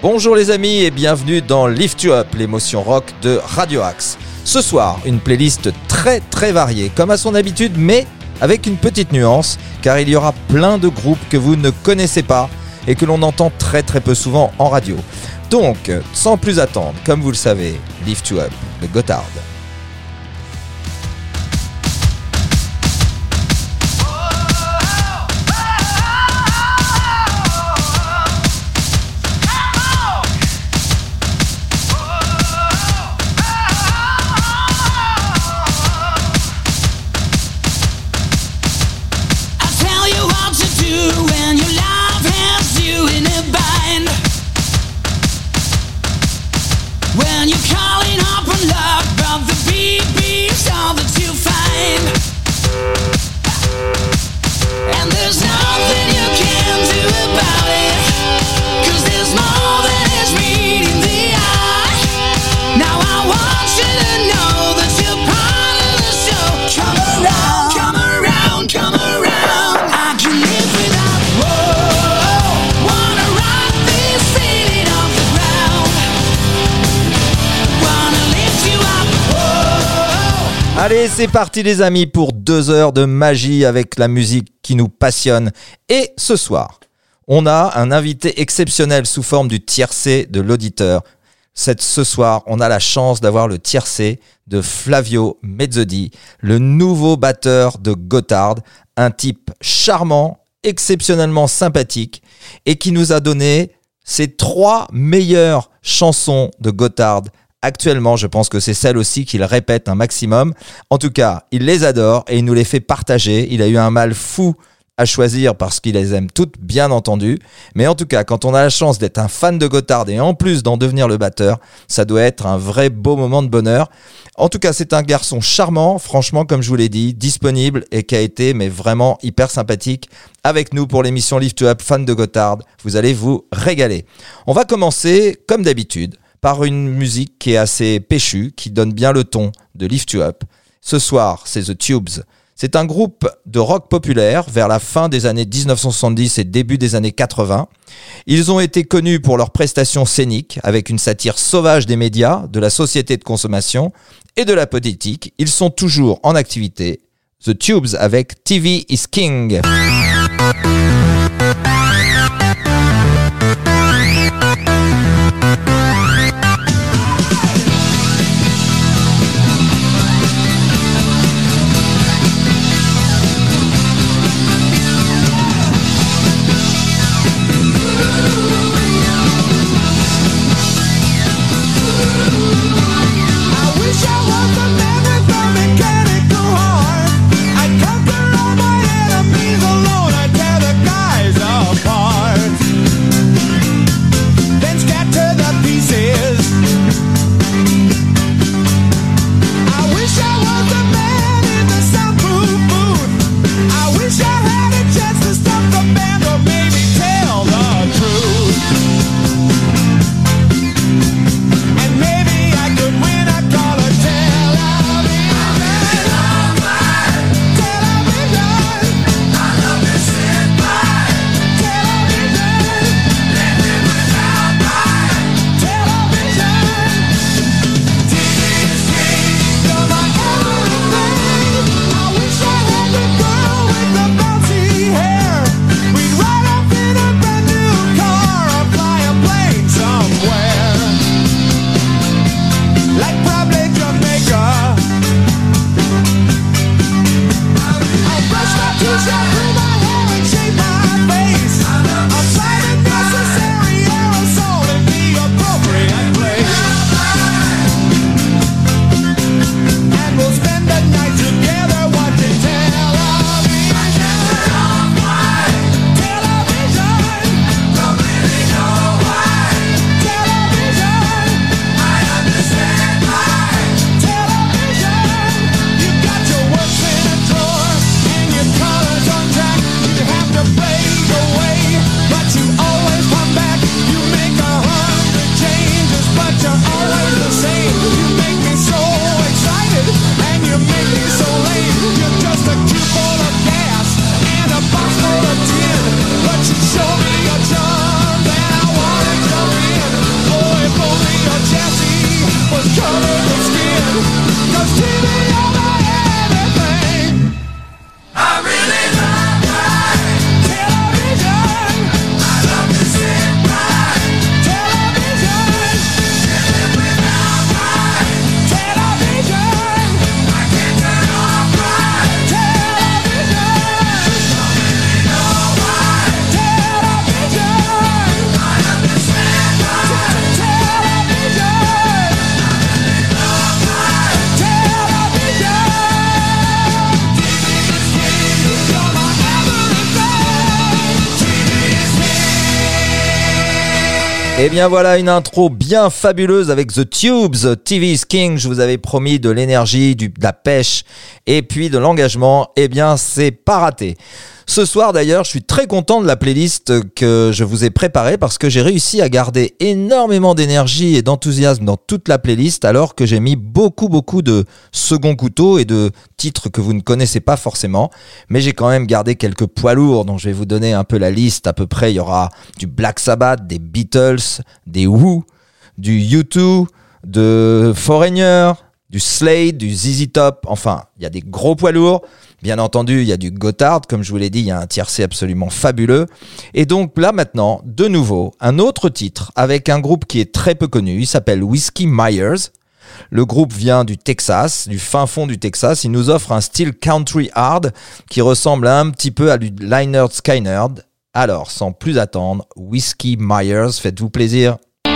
Bonjour les amis et bienvenue dans Lift You Up, l'émotion rock de Radio Axe. Ce soir, une playlist très variée, comme à son habitude, mais avec une petite nuance, car il y aura plein de groupes que vous ne connaissez pas et que l'on entend très peu souvent en radio. Donc, sans plus attendre, comme vous le savez, Lift You Up, le Gotthard. Allez, c'est parti les amis pour 2 heures de magie avec la musique qui nous passionne. Et ce soir, on a un invité exceptionnel sous forme du tiercé de l'auditeur. Ce soir, on a la chance d'avoir le tiercé de Flavio Mezzodi, le nouveau batteur de Gotthard, un type charmant, exceptionnellement sympathique et qui nous a donné ses 3 meilleures chansons de Gotthard. Actuellement, je pense que c'est celle aussi qu'il répète un maximum. En tout cas, il les adore et il nous les fait partager. Il a eu un mal fou à choisir parce qu'il les aime toutes, bien entendu. Mais en tout cas, quand on a la chance d'être un fan de Gotthard et en plus d'en devenir le batteur, ça doit être un vrai beau moment de bonheur. En tout cas, c'est un garçon charmant, franchement, comme je vous l'ai dit, disponible et qui a été mais vraiment hyper sympathique avec nous pour l'émission Lift You Up, fan de Gotthard. Vous allez vous régaler. On va commencer, comme d'habitude, par une musique qui est assez péchue, qui donne bien le ton de Lift You Up. Ce soir, c'est The Tubes. C'est un groupe de rock populaire vers la fin des années 1970 et début des années 80. Ils ont été connus pour leurs prestations scéniques, avec une satire sauvage des médias, de la société de consommation et de la politique. Ils sont toujours en activité. The Tubes avec TV is King. Mechanical heart, I conquer all my enemies alone. I tear the Et bien voilà une intro bien fabuleuse avec The Tubes, TV is King. Je vous avais promis de l'énergie, de la pêche et puis de l'engagement. Eh bien c'est pas raté. Ce soir d'ailleurs, je suis très content de la playlist que je vous ai préparée parce que j'ai réussi à garder énormément d'énergie et d'enthousiasme dans toute la playlist alors que j'ai mis beaucoup de second couteau et de titres que vous ne connaissez pas forcément. Mais j'ai quand même gardé quelques poids lourds dont je vais vous donner un peu la liste. À peu près, il y aura du Black Sabbath, des Beatles, des Who, du U2, de Foreigner, du Slade, du ZZ Top. Enfin, il y a des gros poids lourds. Bien entendu, il y a du Gotthard, comme je vous l'ai dit, il y a un tiercé absolument fabuleux. Et donc là maintenant, de nouveau, un autre titre avec un groupe qui est très peu connu, il s'appelle Whiskey Myers. Le groupe vient du Texas, du fin fond du Texas. Il nous offre un style country hard qui ressemble un petit peu à du Lynyrd Skynyrd. Alors, sans plus attendre, Whiskey Myers, faites-vous plaisir.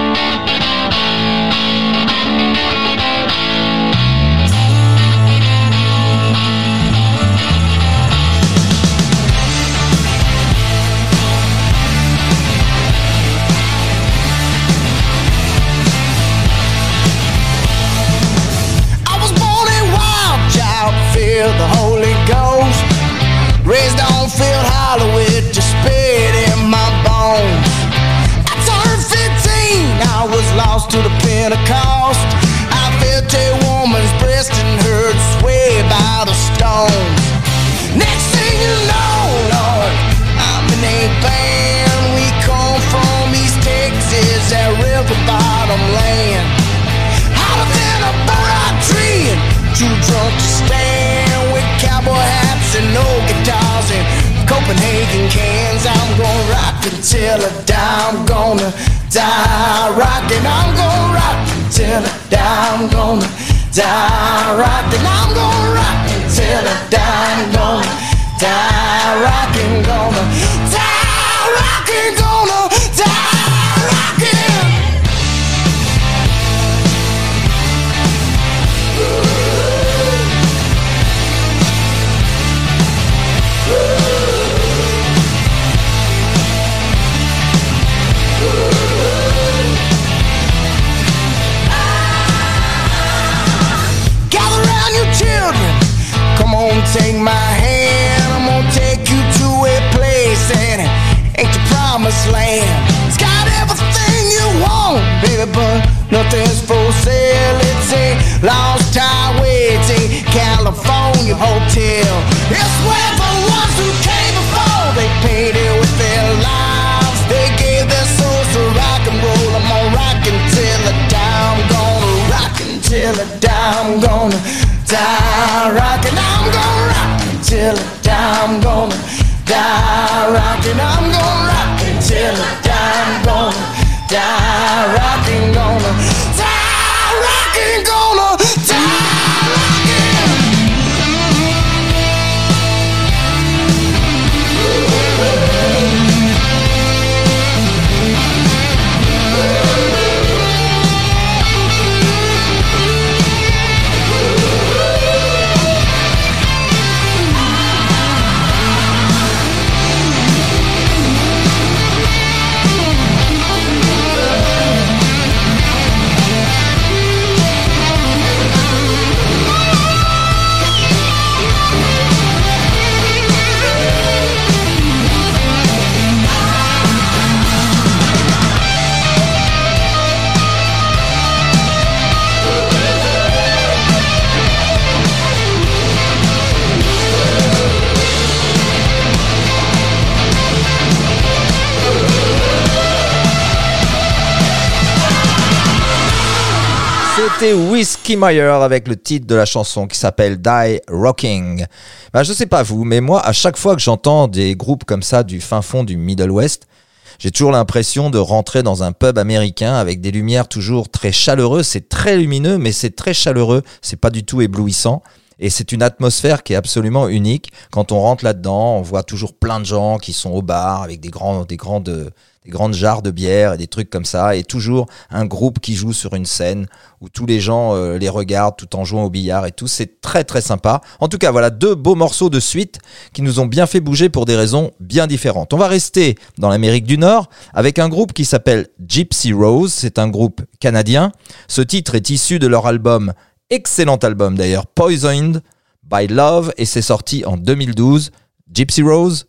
The Holy Ghost, raised on Field Hollow with the spirit in my bones. I turned 15, I was lost to the Pentecost. I felt a woman's breast and heard sway by the stones. Next thing you know, Lord, I'm in a band. We come from East Texas, that river bottom land. Hotter than a burnout tree and too drunk to stand. Cowboy hats and no guitars and Copenhagen cans. I'm gonna rock until I die. I'm gonna die rockin'. I'm gonna rock until I die. I'm gonna die rockin'. I'm gonna rock until I die. I'm gonna die rockin'. Gonna die rockin'. Gonna die rockin'. Take my hand, I'm gonna take you to a place and it ain't your promised land. It's got everything you want, baby, but nothing's for sale. It's a lost highway, it's a California hotel. It's where the ones who came before, they paid it with their lives. They gave their souls to rock and roll. I'm gonna rock until I die. I'm gonna rock until I die. I'm gonna die rockin'. I'm gonna rock until I die. I'm gonna die rockin'. I'm gonna rock until I die. I'm gonna die rockin'. Gonna die rockin'. Gonna die rockin'. C'était Whiskey Myers avec le titre de la chanson qui s'appelle Die Rocking. Je sais pas vous, mais moi, à chaque fois que j'entends des groupes comme ça du fin fond du Middle West, j'ai toujours l'impression de rentrer dans un pub américain avec des lumières toujours très chaleureuses. C'est très lumineux, mais c'est très chaleureux. C'est pas du tout éblouissant. Et c'est une atmosphère qui est absolument unique. Quand on rentre là-dedans, on voit toujours plein de gens qui sont au bar avec des grandes des grandes jarres de bière et des trucs comme ça, et toujours un groupe qui joue sur une scène où tous les gens les regardent tout en jouant au billard et tout. C'est très très sympa. En tout cas, voilà 2 beaux morceaux de suite qui nous ont bien fait bouger pour des raisons bien différentes. On va rester dans l'Amérique du Nord avec un groupe qui s'appelle Gypsy Rose. C'est un groupe canadien. Ce titre est issu de leur album, excellent album d'ailleurs, Poisoned by Love, et c'est sorti en 2012. Gypsy Rose.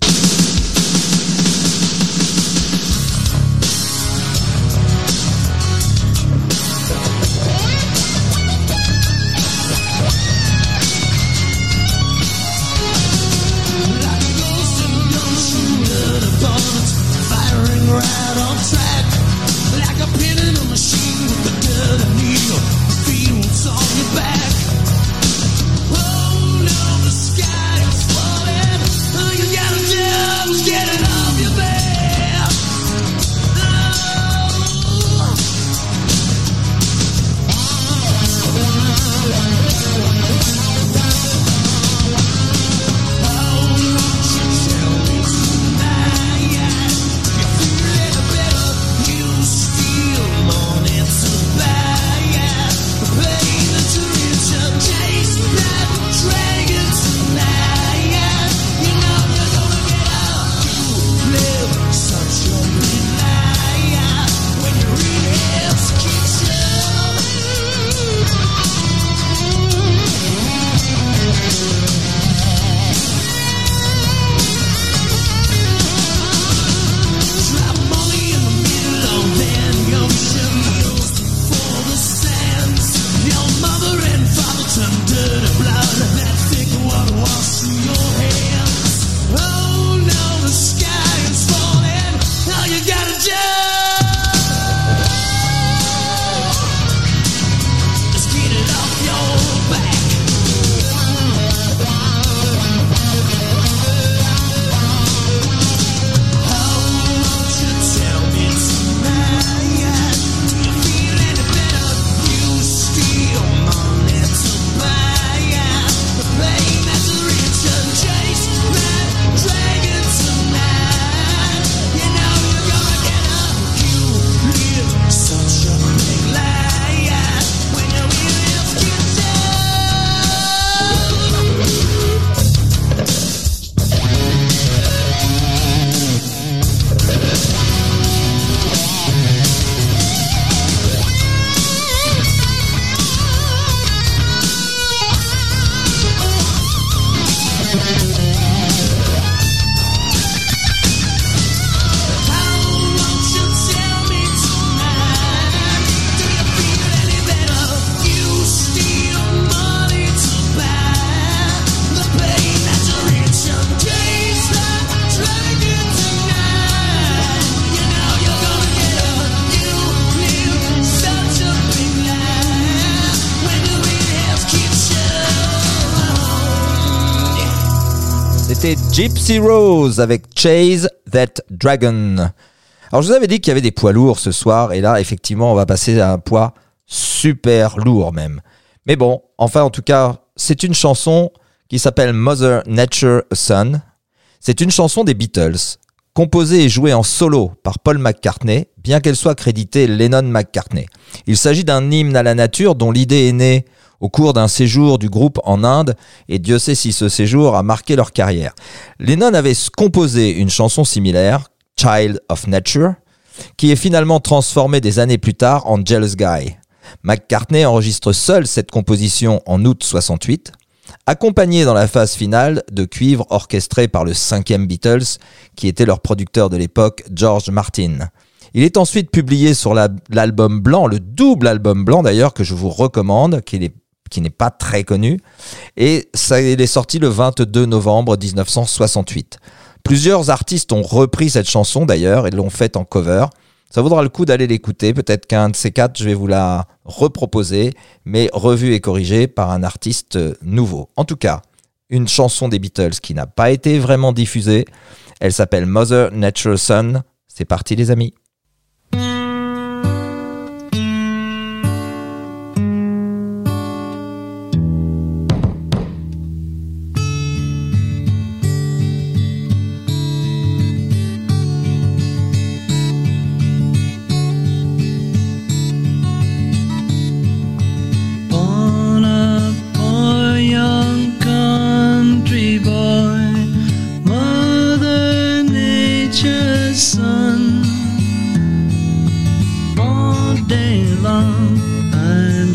C'était Gypsy Rose avec Chase That Dragon. Alors je vous avais dit qu'il y avait des poids lourds ce soir, et là effectivement on va passer à un poids super lourd même. Mais bon, enfin en tout cas, c'est une chanson qui s'appelle Mother Nature a Son. C'est une chanson des Beatles, composée et jouée en solo par Paul McCartney, bien qu'elle soit créditée Lennon-McCartney. Il s'agit d'un hymne à la nature dont l'idée est née au cours d'un séjour du groupe en Inde, et Dieu sait si ce séjour a marqué leur carrière. Lennon avait composé une chanson similaire, Child of Nature, qui est finalement transformée des années plus tard en Jealous Guy. McCartney enregistre seul cette composition en août 68, accompagné dans la phase finale de cuivres orchestrés par le 5e Beatles, qui était leur producteur de l'époque, George Martin. Il est ensuite publié sur l'album blanc, le double album blanc d'ailleurs, que je vous recommande, qui n'est pas très connu, et il est sorti le 22 novembre 1968. Plusieurs artistes ont repris cette chanson d'ailleurs et l'ont faite en cover. Ça vaudra le coup d'aller l'écouter, peut-être qu'un de ces quatre, je vais vous la reproposer, mais revue et corrigée par un artiste nouveau. En tout cas, une chanson des Beatles qui n'a pas été vraiment diffusée, elle s'appelle Mother Nature Son. C'est parti les amis.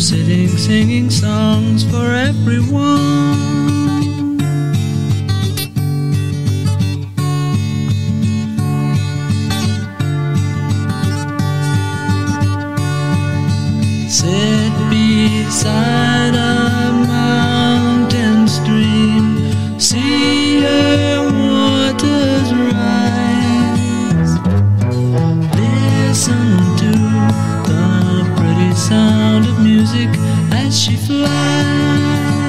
sitting, singing songs for everyone. Sit beside a mountain stream, see her waters rise. Listen to the pretty sound of music as she flies.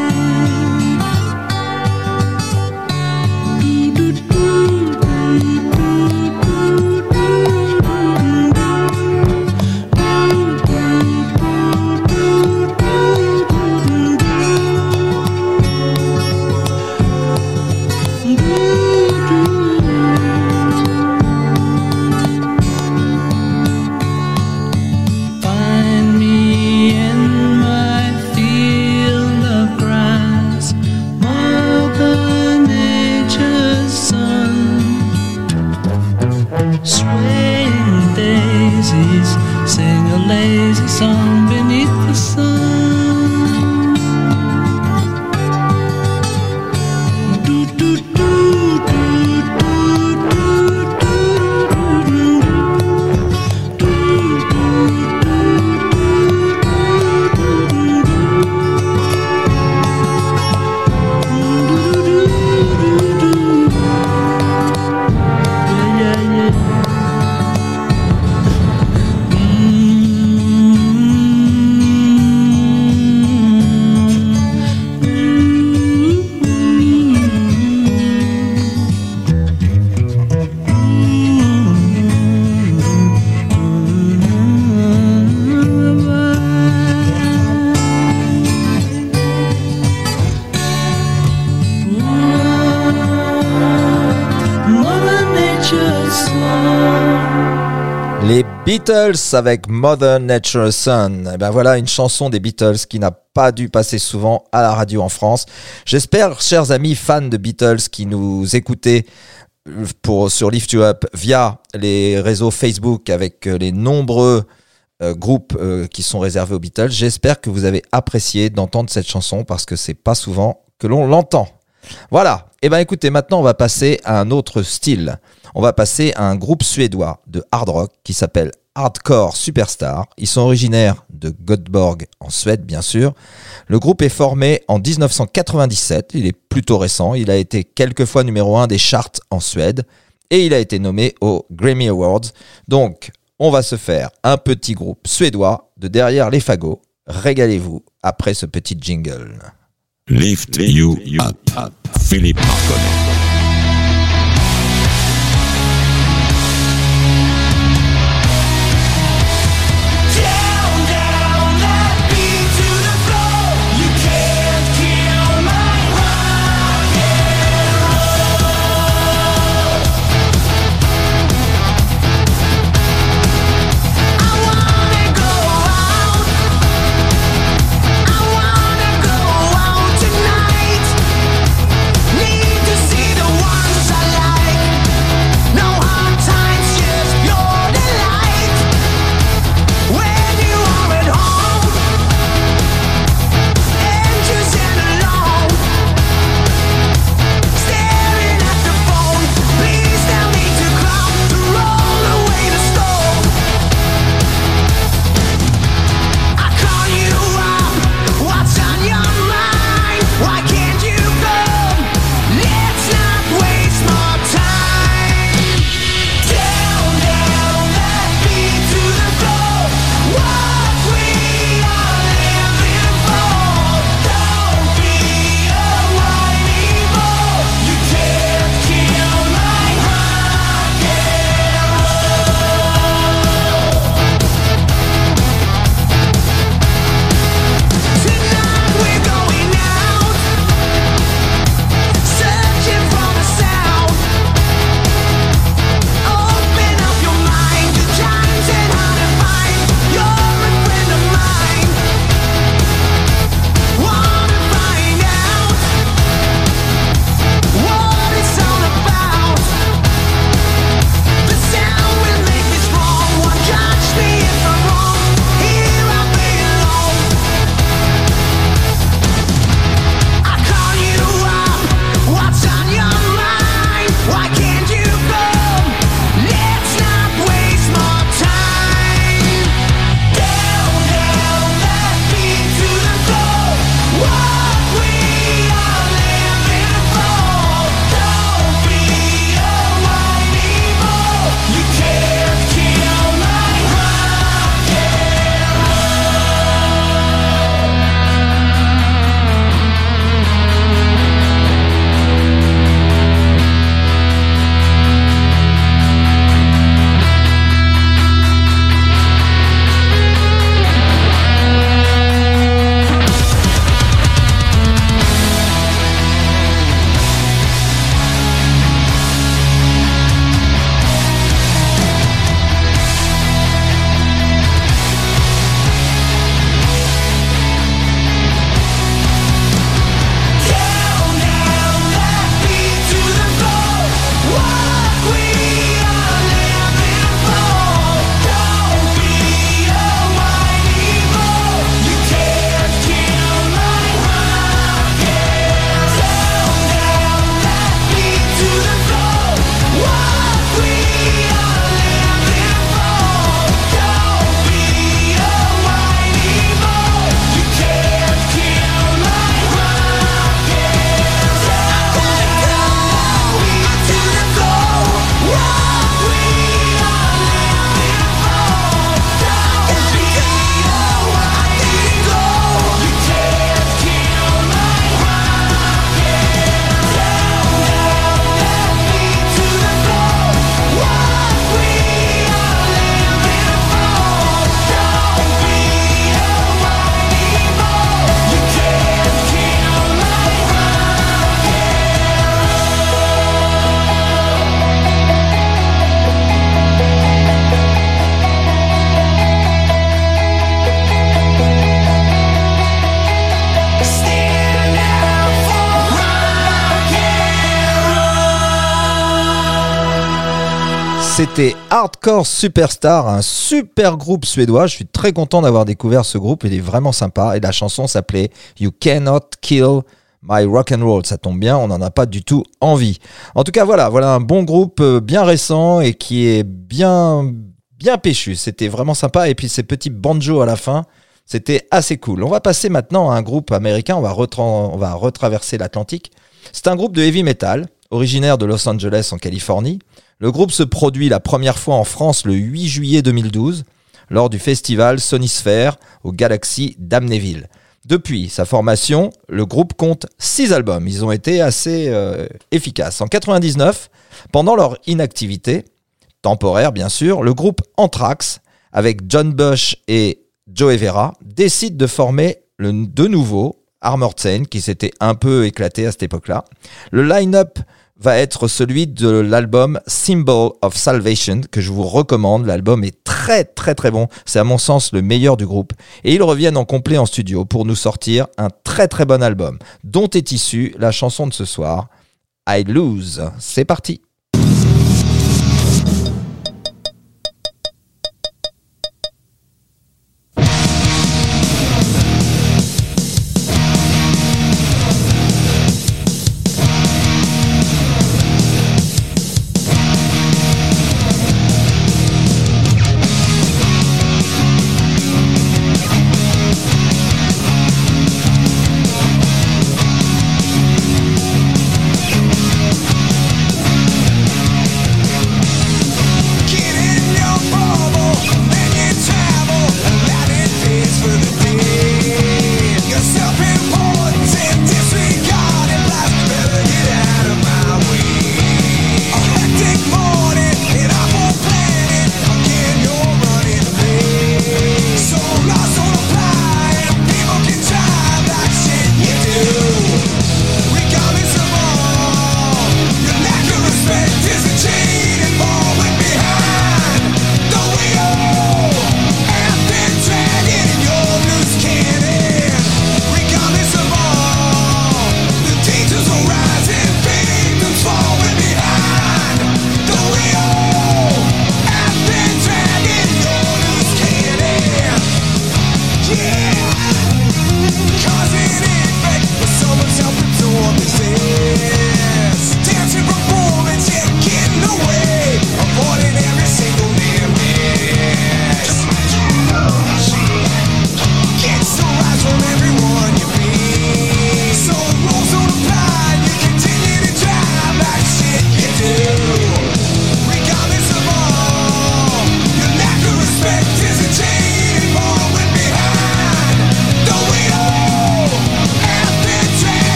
Les Beatles avec Mother Nature's Son. Et ben voilà une chanson des Beatles qui n'a pas dû passer souvent à la radio en France. J'espère, chers amis fans de Beatles qui nous écoutez sur Lift You Up via les réseaux Facebook avec les nombreux groupes qui sont réservés aux Beatles, j'espère que vous avez apprécié d'entendre cette chanson parce que c'est pas souvent que l'on l'entend. Voilà, et ben écoutez, maintenant on va passer à un autre style. On va passer à un groupe suédois de hard rock qui s'appelle Hardcore Superstar. Ils sont originaires de Göteborg en Suède, bien sûr. Le groupe est formé en 1997, il est plutôt récent. Il a été quelques fois numéro 1 des charts en Suède et il a été nommé aux Grammy Awards. Donc, on va se faire un petit groupe suédois de derrière les fagots. Régalez-vous après ce petit jingle. Lift You Up, Philippe Marconnet. See the C'était Hardcore Superstar, un super groupe suédois. Je suis très content d'avoir découvert ce groupe, il est vraiment sympa. Et la chanson s'appelait You Cannot Kill My Rock'n'Roll. Ça tombe bien, on n'en a pas du tout envie. En tout cas, voilà un bon groupe bien récent et qui est bien péchu. C'était vraiment sympa. Et puis ces petits banjos à la fin, c'était assez cool. On va passer maintenant à un groupe américain. On va retraverser l'Atlantique. C'est un groupe de heavy metal, originaire de Los Angeles en Californie. Le groupe se produit la première fois en France le 8 juillet 2012 lors du festival Sonisphere au Galaxy d'Amnéville. Depuis sa formation, le groupe compte 6 albums. Ils ont été assez efficaces. En 1999, pendant leur inactivité, temporaire bien sûr, le groupe Anthrax, avec John Bush et Joey Vera, décide de former de nouveau Armored Saint, qui s'était un peu éclaté à cette époque-là. Le line-up va être celui de l'album Symbol of Salvation, que je vous recommande. L'album est très très très bon, c'est à mon sens le meilleur du groupe. Et ils reviennent en complet en studio pour nous sortir un très très bon album, dont est issue la chanson de ce soir, I Lose. C'est parti.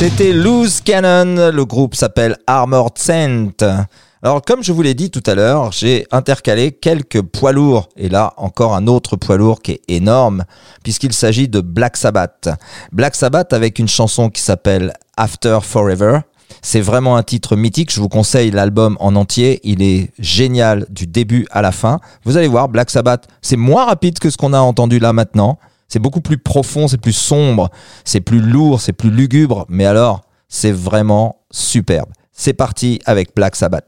C'était Loose Cannon, le groupe s'appelle Armored Saint. Alors comme je vous l'ai dit tout à l'heure, j'ai intercalé quelques poids lourds, et là encore un autre poids lourd qui est énorme, puisqu'il s'agit de Black Sabbath. Black Sabbath avec une chanson qui s'appelle After Forever. C'est vraiment un titre mythique, je vous conseille l'album en entier, il est génial du début à la fin. Vous allez voir, Black Sabbath, c'est moins rapide que ce qu'on a entendu là maintenant. C'est beaucoup plus profond, c'est plus sombre, c'est plus lourd, c'est plus lugubre, mais alors, c'est vraiment superbe. C'est parti avec Black Sabbath.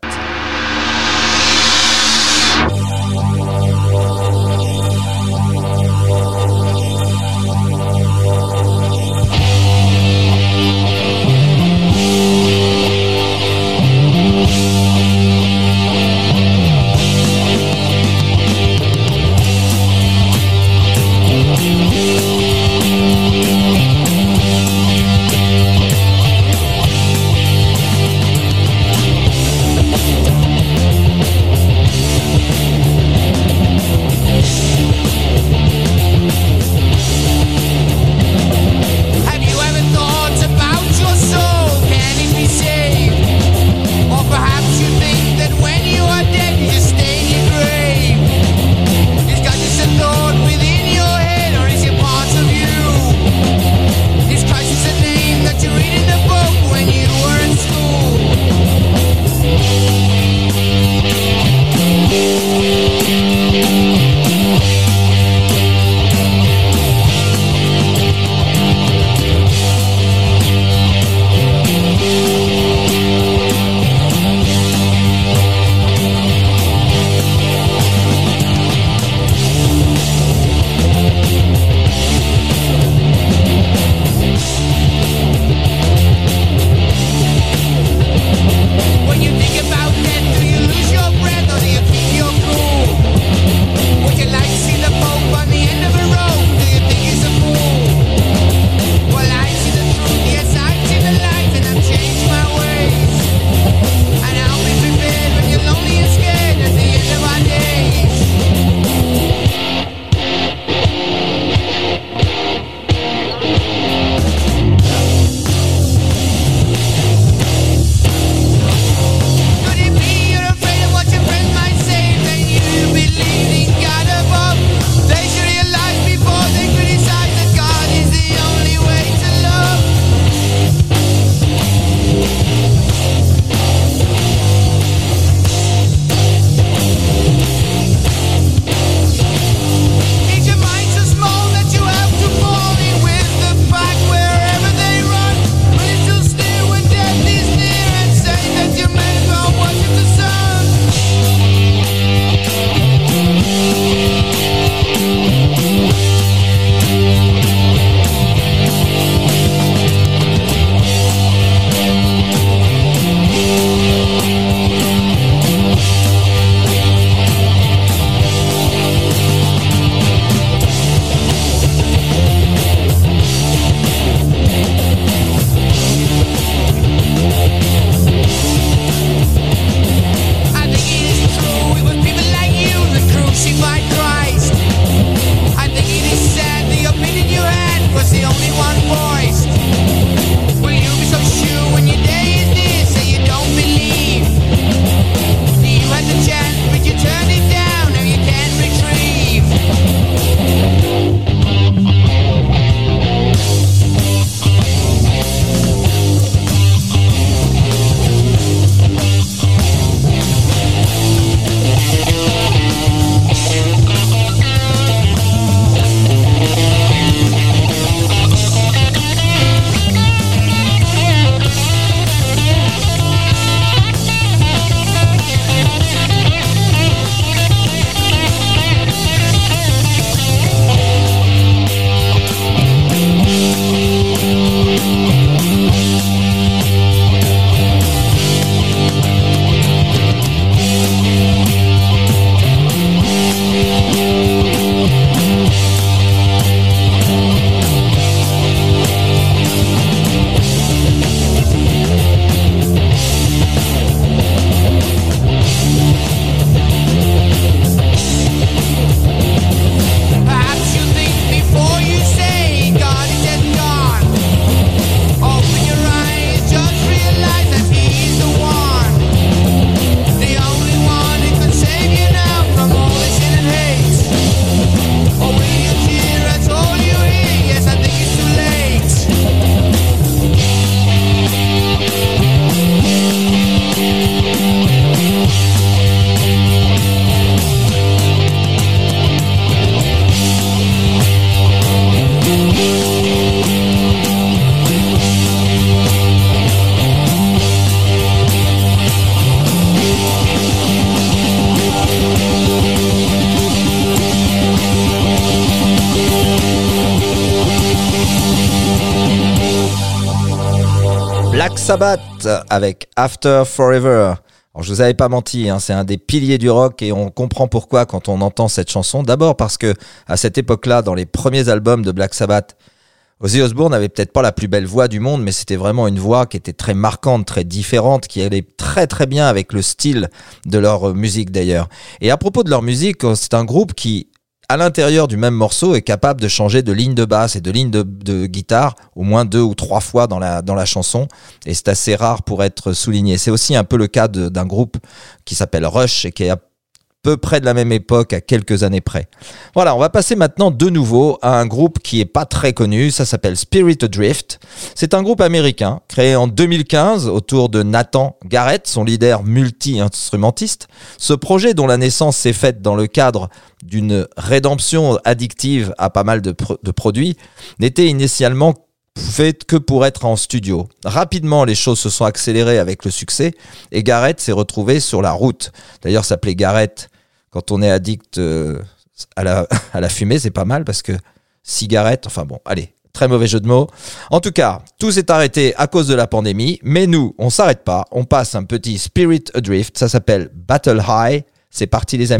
Black Sabbath avec After Forever. Alors, je vous avais pas menti, c'est un des piliers du rock et on comprend pourquoi quand on entend cette chanson. D'abord parce que à cette époque-là, dans les premiers albums de Black Sabbath, Ozzy Osbourne n'avait peut-être pas la plus belle voix du monde, mais c'était vraiment une voix qui était très marquante, très différente, qui allait très très bien avec le style de leur musique d'ailleurs. Et à propos de leur musique, c'est un groupe qui, à l'intérieur du même morceau, est capable de changer de ligne de basse et de ligne de guitare au moins 2 ou 3 fois dans la chanson. Et c'est assez rare pour être souligné. C'est aussi un peu le cas d'un groupe qui s'appelle Rush et qui est à peu près de la même époque, à quelques années près. Voilà, on va passer maintenant de nouveau à un groupe qui est pas très connu. Ça s'appelle Spirit Adrift. C'est un groupe américain créé en 2015 autour de Nathan Garrett, son leader multi-instrumentiste. Ce projet, dont la naissance s'est faite dans le cadre d'une rédemption addictive à pas mal de produits, n'était initialement fait que pour être en studio. Rapidement, les choses se sont accélérées avec le succès et Garrett s'est retrouvé sur la route. D'ailleurs, s'appeler Garrett quand on est addict à la fumée, c'est pas mal parce que cigarette, enfin bon, allez, très mauvais jeu de mots. En tout cas, tout s'est arrêté à cause de la pandémie, mais nous, on s'arrête pas, on passe un petit Spirit Adrift, ça s'appelle Battle High. C'est parti les amis.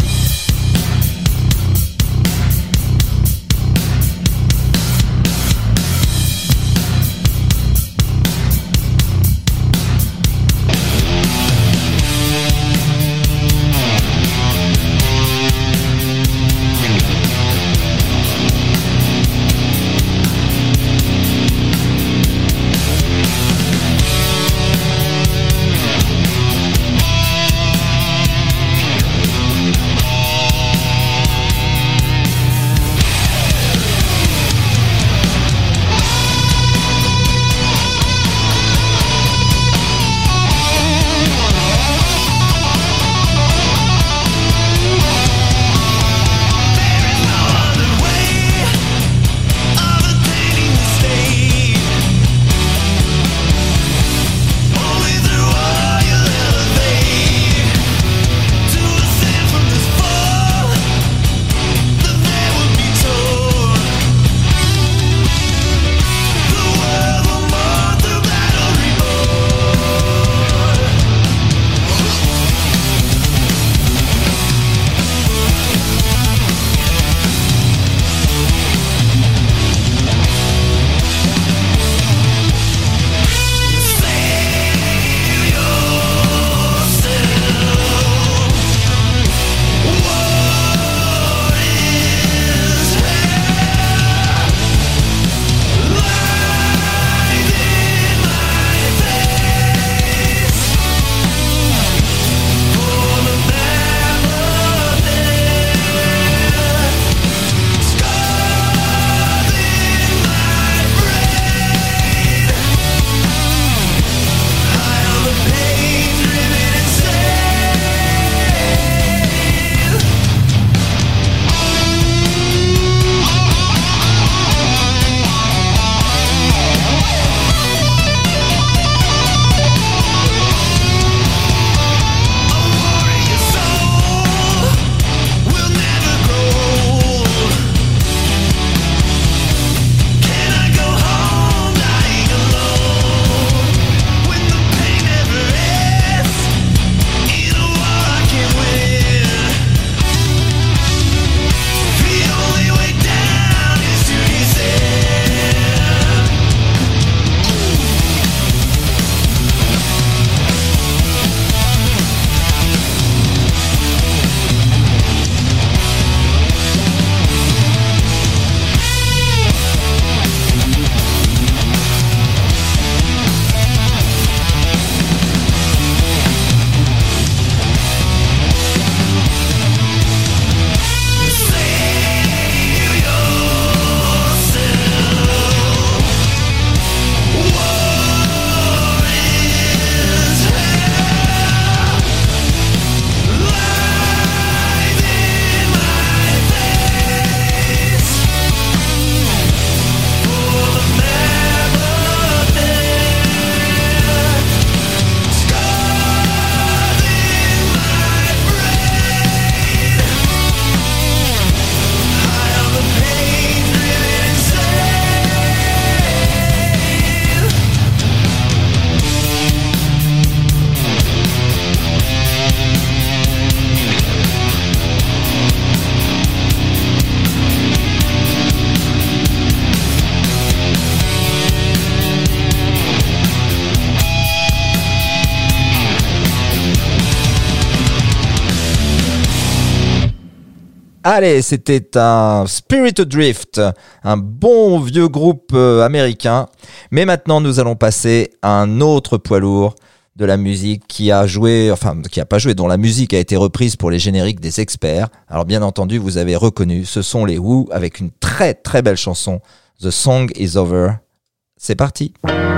Allez, c'était un Spirit Adrift, un bon vieux groupe américain. Mais maintenant, nous allons passer à un autre poids lourd de la musique qui a joué, enfin, qui a pas joué, dont la musique a été reprise pour les génériques des experts. Alors, bien entendu, vous avez reconnu, ce sont les Who avec une très très belle chanson, The Song Is Over. C'est parti.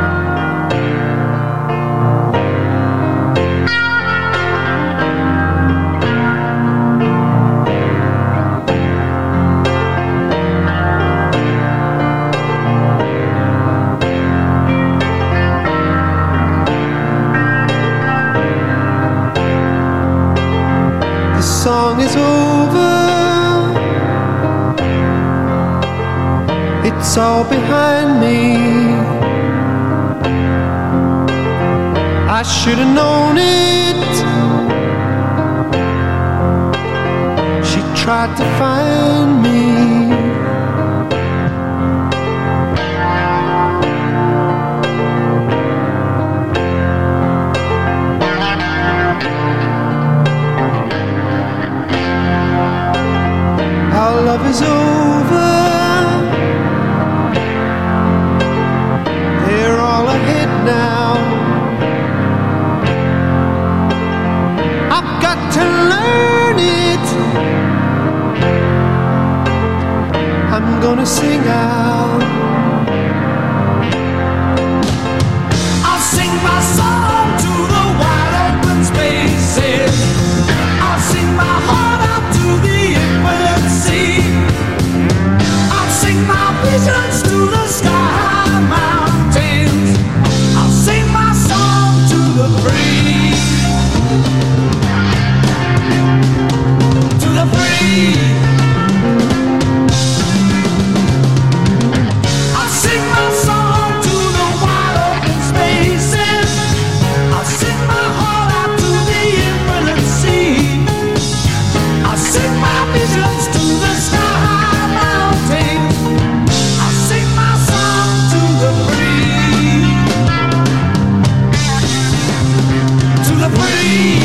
Song is over, it's all behind me. I should have known it. She tried to find me. Our love is over. They're all ahead now. I've got to learn it. I'm gonna sing out. I'll sing my song to the wide open spaces. I'll sing my heart out to the infinite sea. I'll sing my visions to the sky mountains. I'll sing my song to the free. To the free. I'll sing my song to the wide open spaces. I'll sing my heart out to the infinite sea. I'll sing my visions to the sky mountains. I'll sing my song to the free. To the free.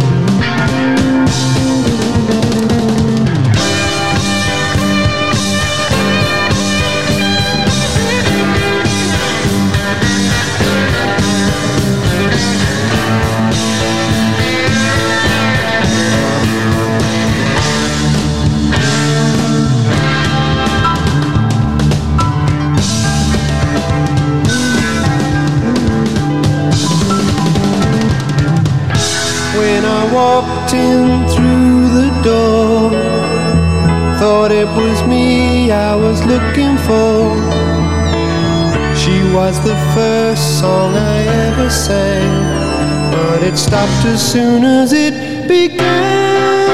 When I walked in through the door, thought it was me I was looking for. She was the first song I ever sang, but it stopped as soon as it began.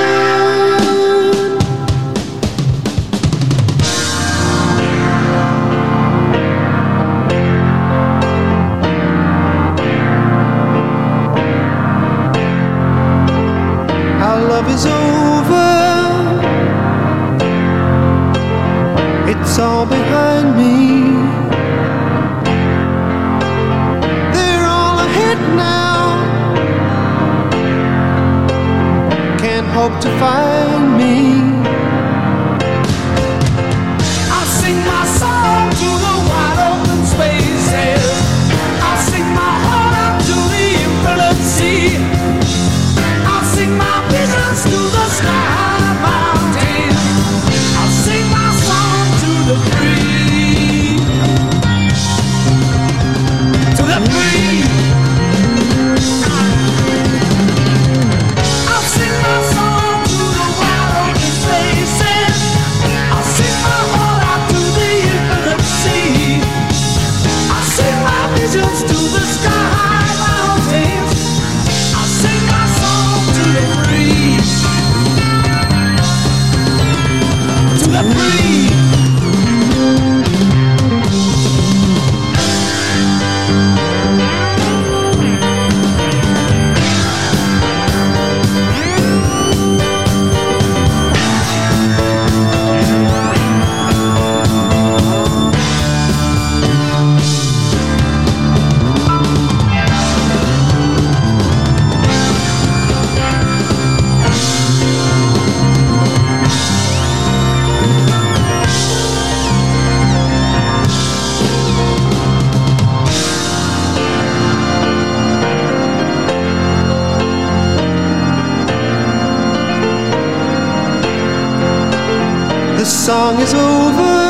Our love is over, it's all behind me. They're all ahead now, can't hope to find me. I'll sing my song to the wide open spaces. I'll sing my heart out to the infinite sea. I'll sing my visions to the sky mountains. I'll sing my song to the free. To the free. I'll sing my song to the wide open song is over.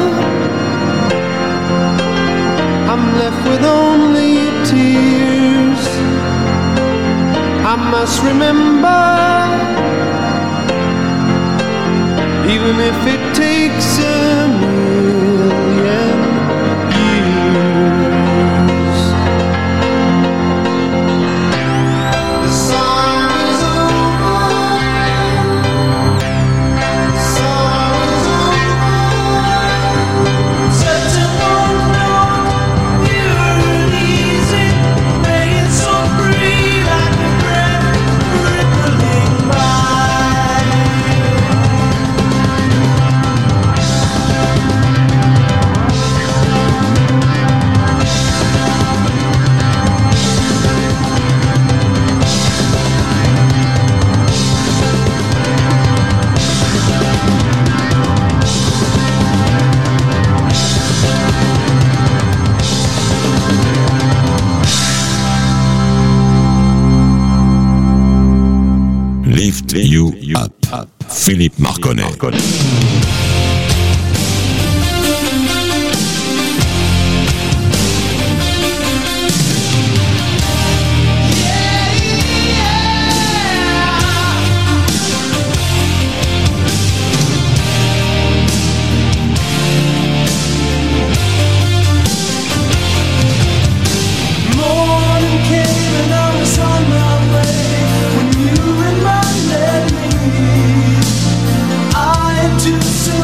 I'm left with only tears. I must remember, even if it takes a million years. The song is over. The song is over. Such a long note, pure and easy, made so free like a breath rippling by. Lift You Up. Philippe Marconnet. Morning came and I was on my way when you reminded me I had to say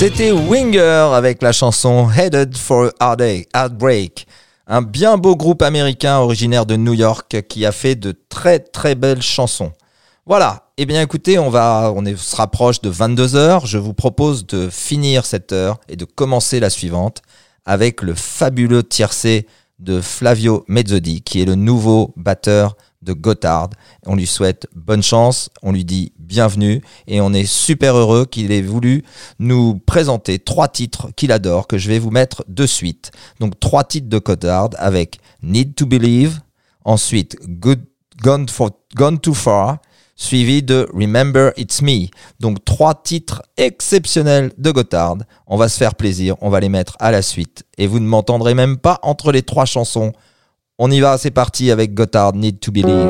C'était Winger avec la chanson Headed for a Heartbreak, un bien beau groupe américain originaire de New York qui a fait de très très belles chansons. Voilà, eh bien écoutez, on se rapproche de 22h, je vous propose de finir cette heure et de commencer la suivante avec le fabuleux tiercé de Flavio Mezzodi qui est le nouveau batteur de Gotthard. On lui souhaite bonne chance, on lui dit bienvenue et on est super heureux qu'il ait voulu nous présenter 3 titres qu'il adore que je vais vous mettre de suite. Donc 3 titres de Gotthard avec Need to Believe, ensuite Gone Too Far, suivi de Remember It's Me. Donc 3 titres exceptionnels de Gotthard. On va se faire plaisir, on va les mettre à la suite et vous ne m'entendrez même pas entre les 3 chansons. On y va, c'est parti avec Gotthard, Need to Believe.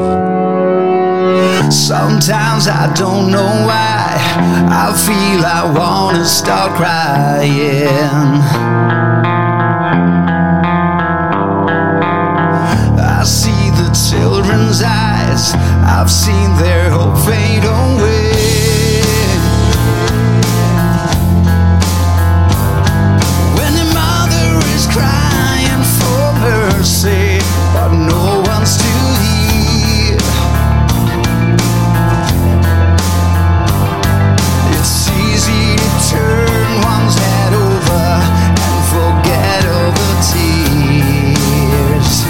Sometimes I don't know why I feel I wanna start crying. I see the children's eyes, I've seen their hope fade away. When the mother is crying for mercy, but no one's to hear. It's easy to turn one's head over and forget all the tears.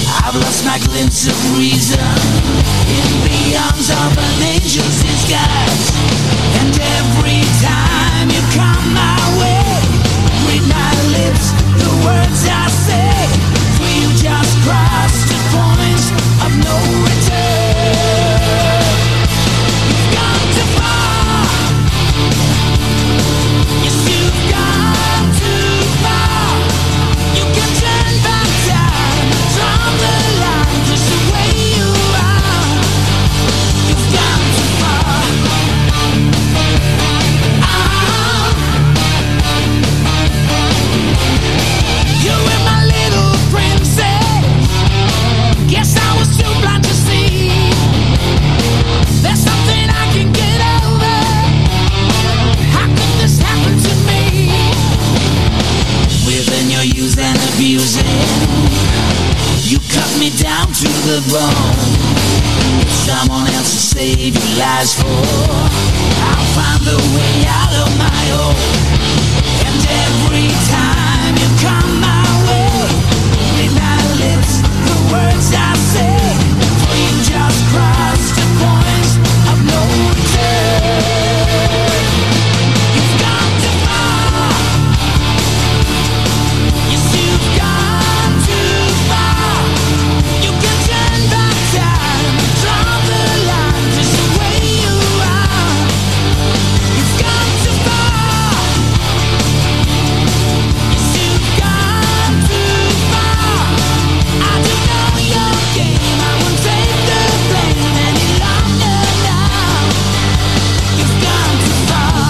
I've lost my glimpse of reason in the arms of an angel's disguise. And every time you come my way, read my lips, the words I say, for you just crossed the point of no return. You've gone too far. Yes, you've gone too far. You can turn back time, draw the line just the way you are. You've gone too far. You were my little princess. Guess I was too blind to see. There's something I can get over. How could this happen to me? Within your use and abusing, you cut me down to the bone. Someone else to save your lies for, I'll find the way out of my own. And every time you come my way, read my lips, the words I say, for you just crossed the point of no return. You've gone too far. Yes, you've gone too far. You can turn back time, draw the line just the way you are. You've gone too far. Yes, you've gone too far. I don't know your game, I won't take the blame any longer now. You've gone too far.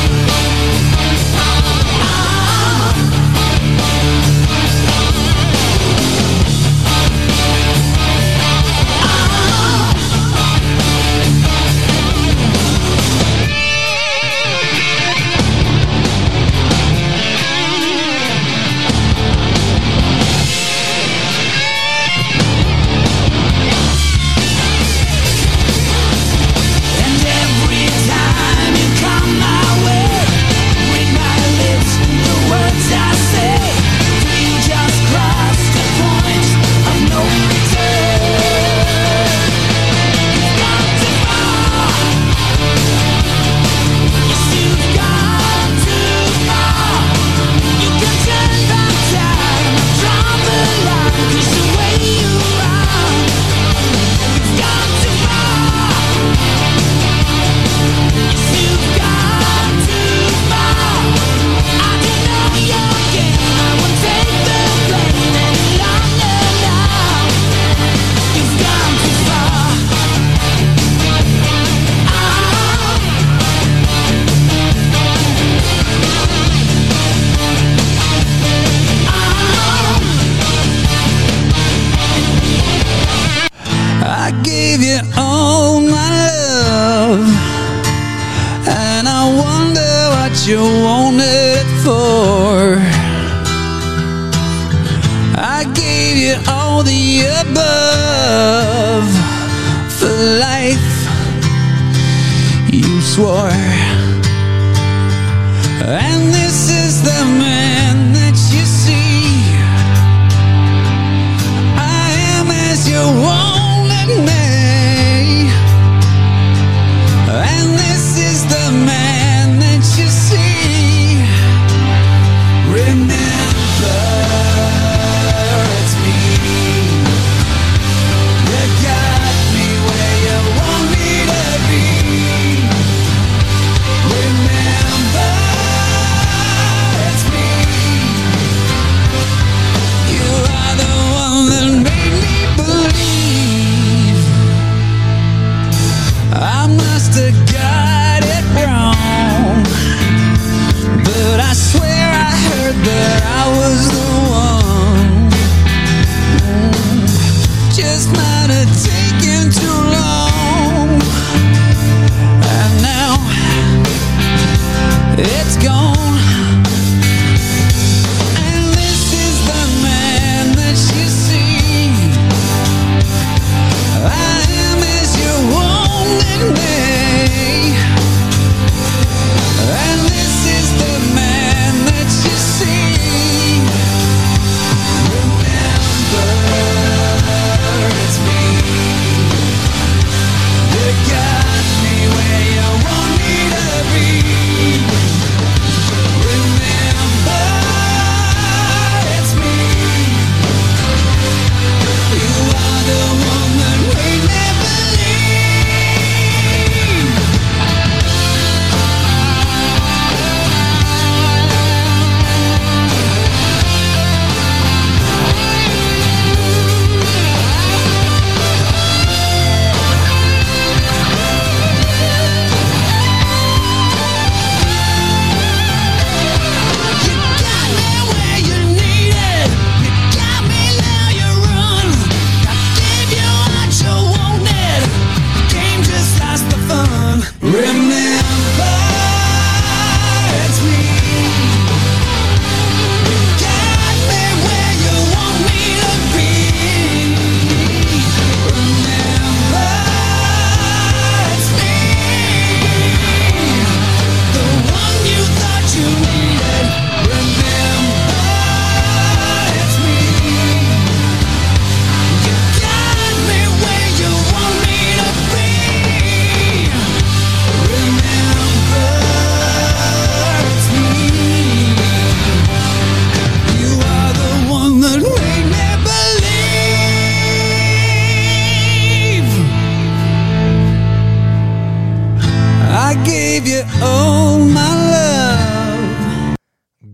And every time you come my way, read my lips, the words I say, for you just crossed the point of no return. You've gone too far. Yes, you've gone too far. You can turn back time, draw the line just the way you are. You've gone too far. Yes, you've gone too far. I don't know your game, I won't take the blame any longer now. You've gone too far. I gave you all my love, and I wonder what you wanted it for. I gave you all the above for life, you swore. And this is the man that you see. I am as you wanted me, and this is the man that you see. Remember, it's me. You got me where you want me to be. Remember, it's me.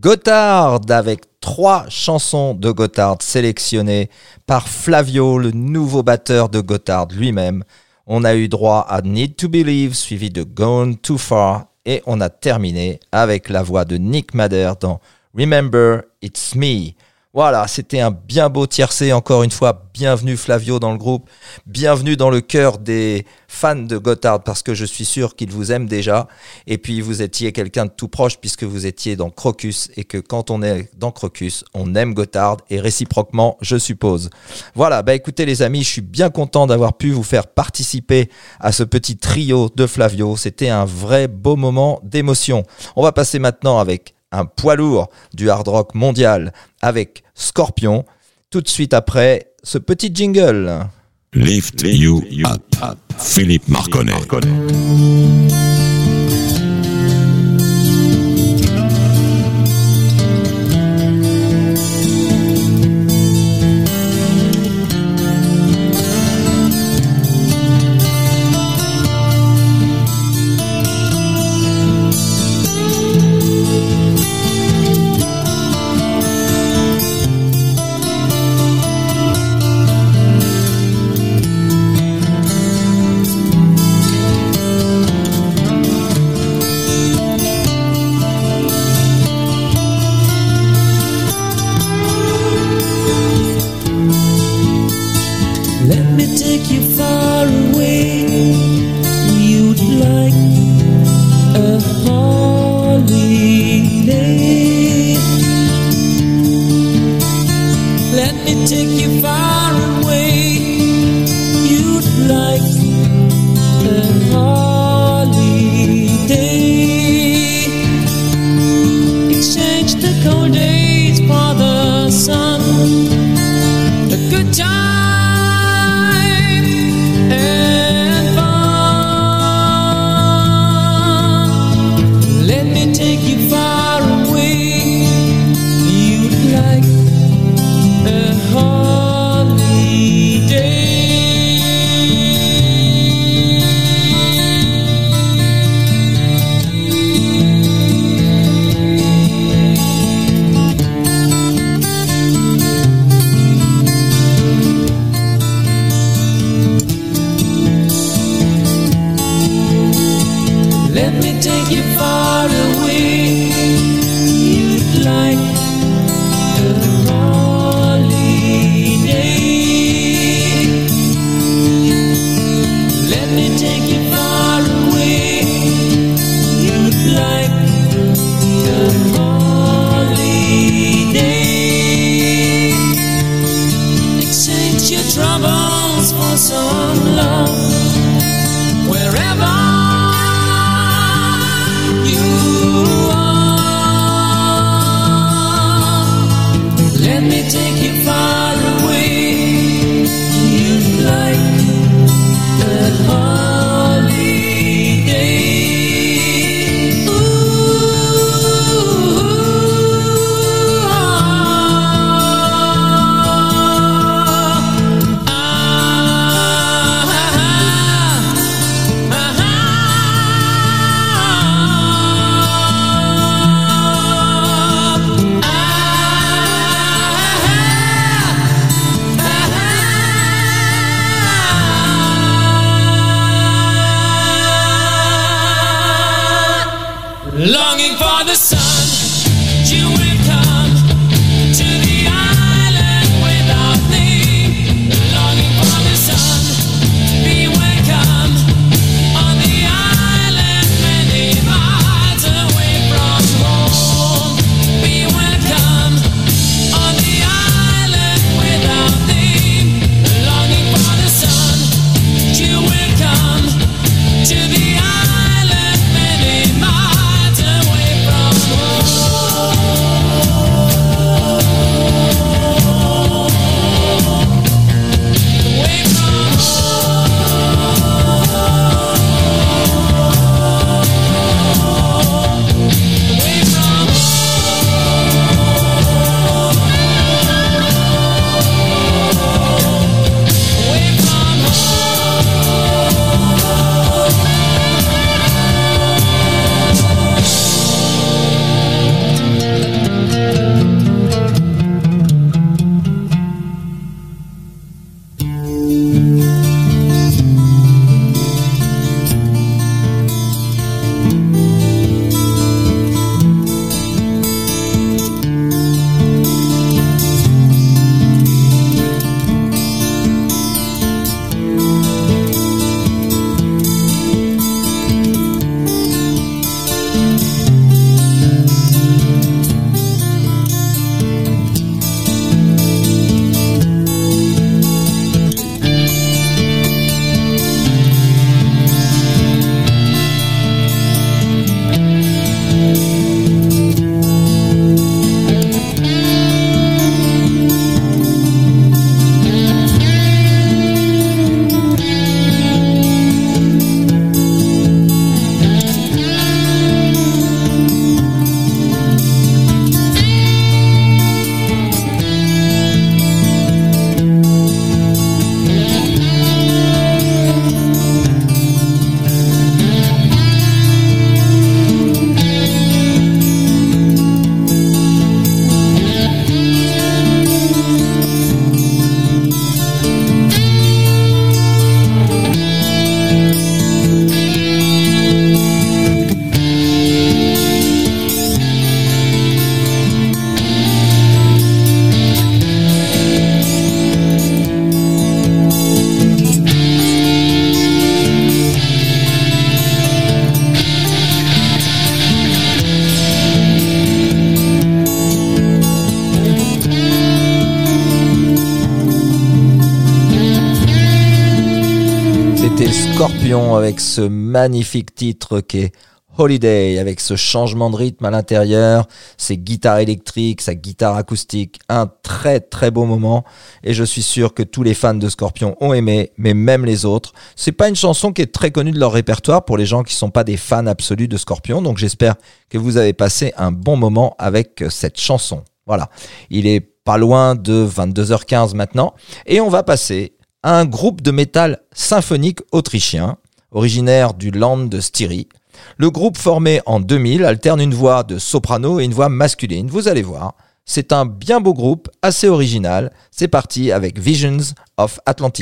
Gotthard avec 3 chansons de Gotthard sélectionnées par Flavio, le nouveau batteur de Gotthard lui-même. On a eu droit à Need to Believe, suivi de Gone Too Far, et on a terminé avec la voix de Nick Madder dans Remember It's Me. Voilà, c'était un bien beau tiercé. Encore une fois, bienvenue Flavio dans le groupe. Bienvenue dans le cœur des fans de Gotthard parce que je suis sûr qu'ils vous aiment déjà. Et puis, vous étiez quelqu'un de tout proche puisque vous étiez dans Crocus et que quand on est dans Crocus, on aime Gotthard et réciproquement, je suppose. Voilà, écoutez les amis, je suis bien content d'avoir pu vous faire participer à ce petit trio de Flavio. C'était un vrai beau moment d'émotion. On va passer maintenant avec un poids lourd du hard rock mondial avec Scorpion, tout de suite après ce petit jingle. Lift You Up, Philippe Marconnet. Ah C'était Scorpions avec ce magnifique titre qui est Holiday, avec ce changement de rythme à l'intérieur, ses guitares électriques, sa guitare acoustique, un très très beau moment, et je suis sûr que tous les fans de Scorpions ont aimé, mais même les autres. C'est pas une chanson qui est très connue de leur répertoire pour les gens qui sont pas des fans absolus de Scorpions, donc j'espère que vous avez passé un bon moment avec cette chanson. Voilà, il est pas loin de 22h15 maintenant, et on va passer à un groupe de métal symphonique autrichien, originaire du Land de Styrie. Le groupe formé en 2000 alterne une voix de soprano et une voix masculine. Vous allez voir, c'est un bien beau groupe, assez original. C'est parti avec Visions of Atlantis.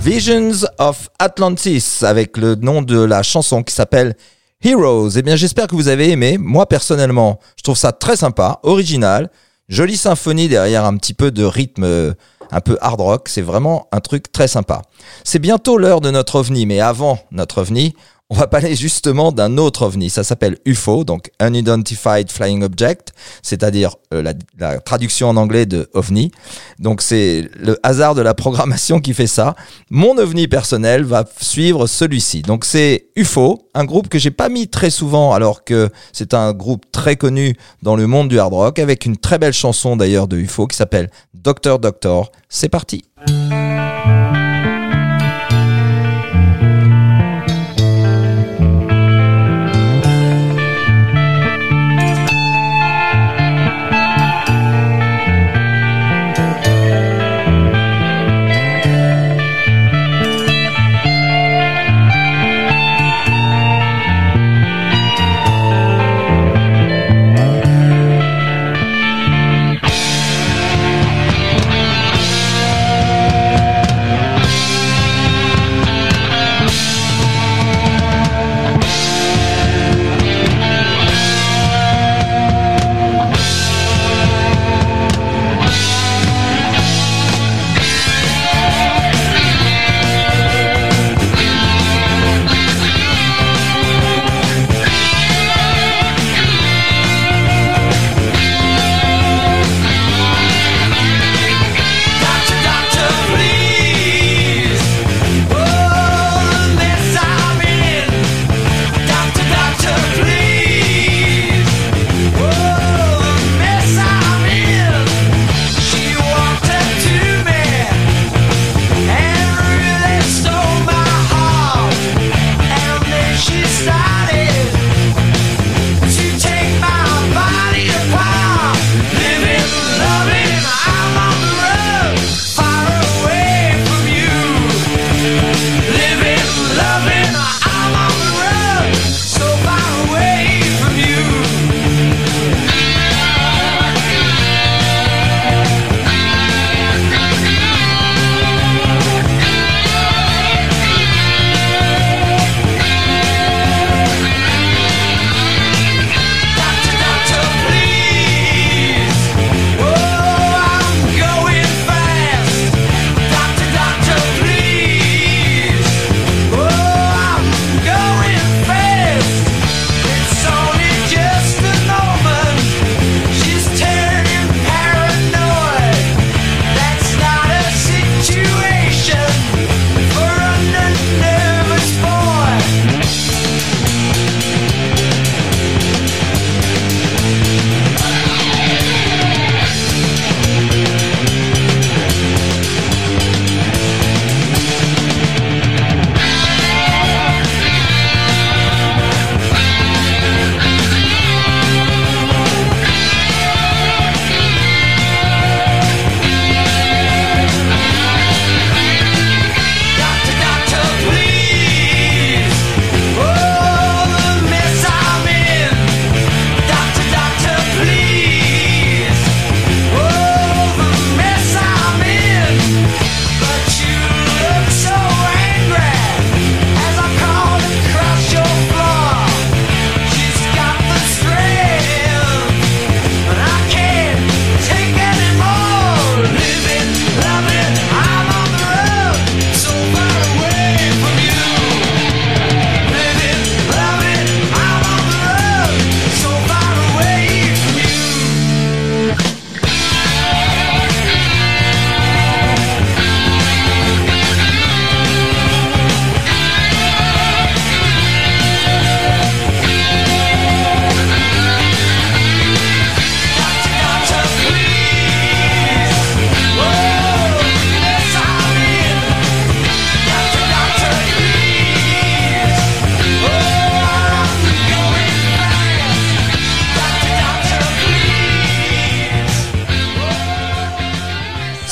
Visions of Atlantis, avec le nom de la chanson qui s'appelle Heroes. Eh bien, j'espère que vous avez aimé. Moi, personnellement, je trouve ça très sympa, original, jolie symphonie derrière un petit peu de rythme un peu hard rock. C'est vraiment un truc très sympa. C'est bientôt l'heure de notre ovni, mais avant notre ovni, on va parler justement d'un autre ovni. Ça s'appelle UFO, donc Unidentified Flying Object, c'est-à-dire la traduction en anglais de ovni. Donc c'est le hasard de la programmation qui fait ça. Mon ovni personnel va suivre celui-ci. Donc c'est UFO, un groupe que j'ai pas mis très souvent alors que c'est un groupe très connu dans le monde du hard rock, avec une très belle chanson d'ailleurs de UFO qui s'appelle Doctor Doctor. C'est parti.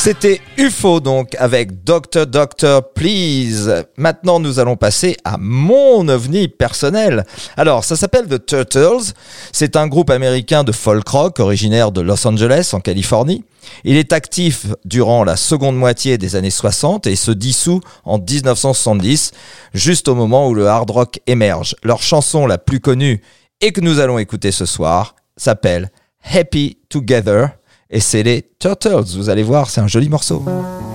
C'était UFO donc avec Doctor Doctor Please. Maintenant nous allons passer à mon ovni personnel. Alors ça s'appelle The Turtles. C'est un groupe américain de folk rock originaire de Los Angeles en Californie. Il est actif durant la seconde moitié des années 60 et se dissout en 1970, juste au moment où le hard rock émerge. Leur chanson la plus connue et que nous allons écouter ce soir s'appelle Happy Together. Et c'est les Turtles, vous allez voir, c'est un joli morceau.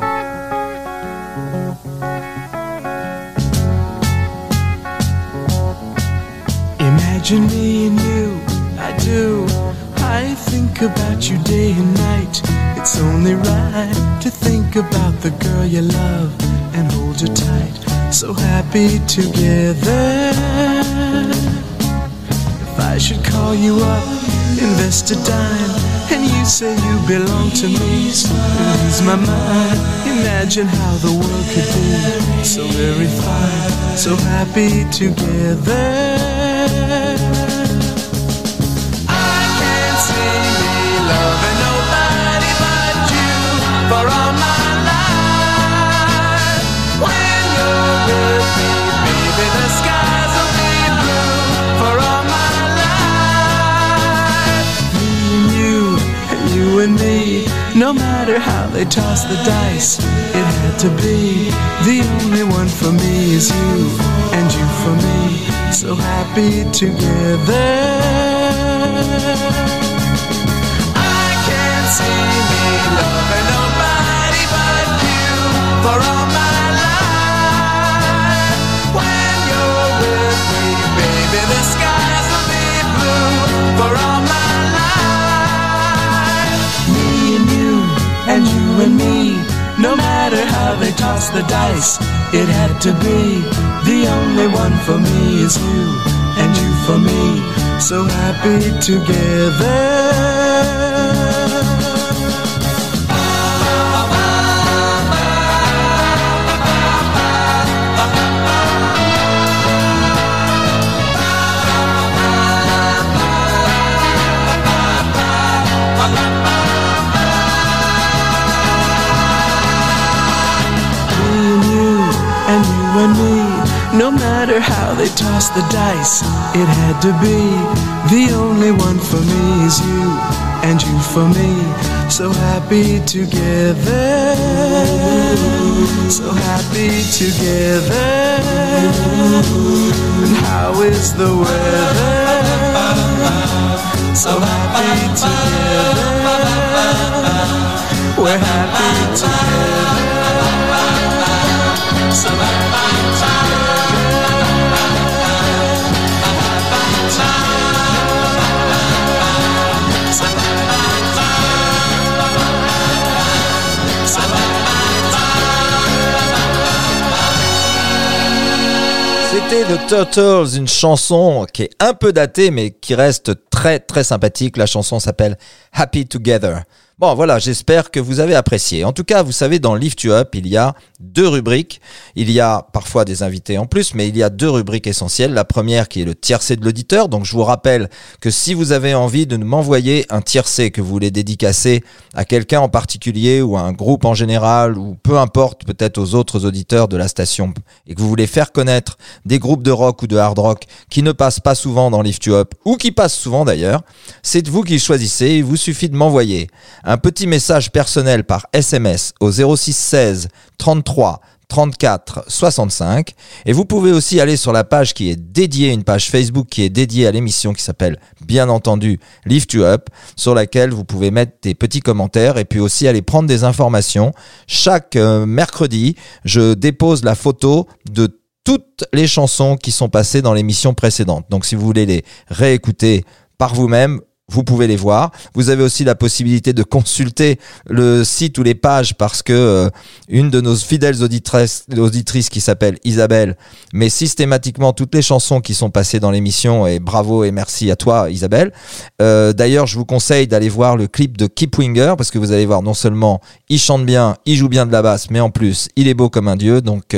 Imagine me and you, I do. I think about you day and night. It's only right to think about the girl you love and hold her tight. So happy together. If I should call you up, invest a dime, and you say you belong to me, lose my mind. Imagine how the world could be so very fine, so happy together. I can't see me loving nobody but you for all my life. When you're with me, baby, the skies will be blue for all my life. You and me, no matter how they toss the dice, it had to be. The only one for me is you, and you for me, so happy together. I can't see me loving nobody but you for all my life. When you're with me, baby, the skies will be blue for all my life. And you and me, no matter how they toss the dice, it had to be. The only one for me is you, and you for me, so happy together. And me, no matter how they toss the dice, it had to be. The only one for me is you, and you for me, so happy together. So happy together. And how is the weather? So happy together. We're happy together. So happy together. C'était The Turtles, une chanson qui est un peu datée mais qui reste très très sympathique. La chanson s'appelle Happy Together. Bon voilà, j'espère que vous avez apprécié. En tout cas, vous savez, dans Lift You Up, il y a 2 rubriques. Il y a parfois des invités en plus, mais il y a 2 rubriques essentielles. La première qui est le tiercé de l'auditeur. Donc je vous rappelle que si vous avez envie de m'envoyer un tiercé que vous voulez dédicacer à quelqu'un en particulier ou à un groupe en général ou peu importe, peut-être aux autres auditeurs de la station, et que vous voulez faire connaître des groupes de rock ou de hard rock qui ne passent pas souvent dans Lift You Up ou qui passent souvent d'ailleurs, c'est vous qui choisissez. Il vous suffit de m'envoyer un petit message personnel par SMS au 06 16 33 34 65 et vous pouvez aussi aller sur la page qui est dédiée, une page Facebook qui est dédiée à l'émission qui s'appelle bien entendu Lift You Up, sur laquelle vous pouvez mettre des petits commentaires et puis aussi aller prendre des informations. Chaque mercredi, je dépose la photo de toutes les chansons qui sont passées dans l'émission précédente. Donc si vous voulez les réécouter par vous-même, vous pouvez les voir. Vous avez aussi la possibilité de consulter le site ou les pages parce que une de nos fidèles auditrices qui s'appelle Isabelle met systématiquement toutes les chansons qui sont passées dans l'émission, et bravo et merci à toi Isabelle. D'ailleurs, je vous conseille d'aller voir le clip de Kip Winger parce que vous allez voir, non seulement il chante bien, il joue bien de la basse, mais en plus il est beau comme un dieu. Donc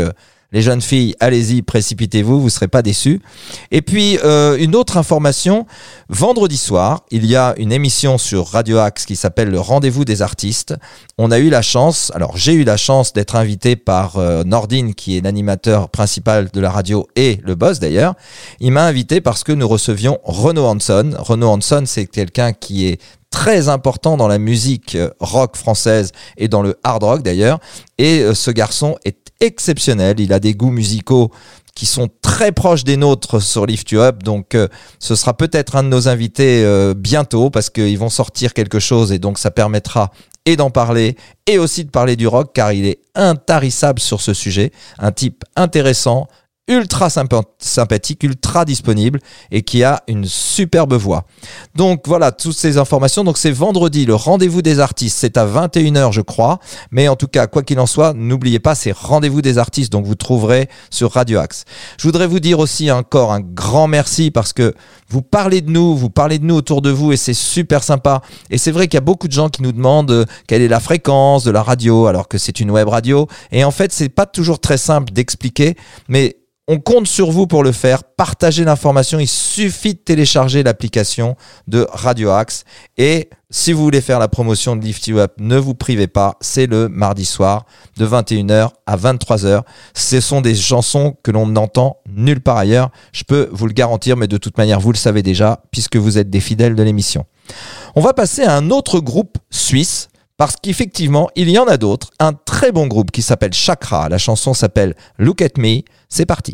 Les jeunes filles, allez-y, précipitez-vous, vous serez pas déçus. Et puis, une autre information, vendredi soir, il y a une émission sur Radio Axe qui s'appelle Le Rendez-vous des artistes. On a eu la chance, alors j'ai eu la chance d'être invité par Nordine, qui est l'animateur principal de la radio et le boss d'ailleurs. Il m'a invité parce que nous recevions Renaud Hanson. Renaud Hanson, c'est quelqu'un qui est très important dans la musique rock française et dans le hard rock d'ailleurs. Et ce garçon est exceptionnel. Il a des goûts musicaux qui sont très proches des nôtres sur Lift You Up. Donc, ce sera peut-être un de nos invités bientôt parce qu'ils vont sortir quelque chose et donc ça permettra et d'en parler et aussi de parler du rock car il est intarissable sur ce sujet. Un type intéressant, ultra sympathique, ultra disponible et qui a une superbe voix. Donc voilà, toutes ces informations. Donc c'est vendredi, le rendez-vous des artistes. C'est à 21h je crois. Mais en tout cas, quoi qu'il en soit, n'oubliez pas, c'est rendez-vous des artistes. Donc vous trouverez sur Radio Axe. Je voudrais vous dire aussi encore un grand merci parce que vous parlez de nous autour de vous et c'est super sympa. Et c'est vrai qu'il y a beaucoup de gens qui nous demandent quelle est la fréquence de la radio alors que c'est une web radio. Et en fait, c'est pas toujours très simple d'expliquer, mais on compte sur vous pour le faire. Partagez l'information. Il suffit de télécharger l'application de Radio Axe. Et si vous voulez faire la promotion de Lift You Up, ne vous privez pas. C'est le mardi soir de 21h à 23h. Ce sont des chansons que l'on n'entend nulle part ailleurs. Je peux vous le garantir, mais de toute manière, vous le savez déjà, puisque vous êtes des fidèles de l'émission. On va passer à un autre groupe suisse. Parce qu'effectivement, il y en a d'autres. Un très bon groupe qui s'appelle Chakra. La chanson s'appelle Look at Me. C'est parti.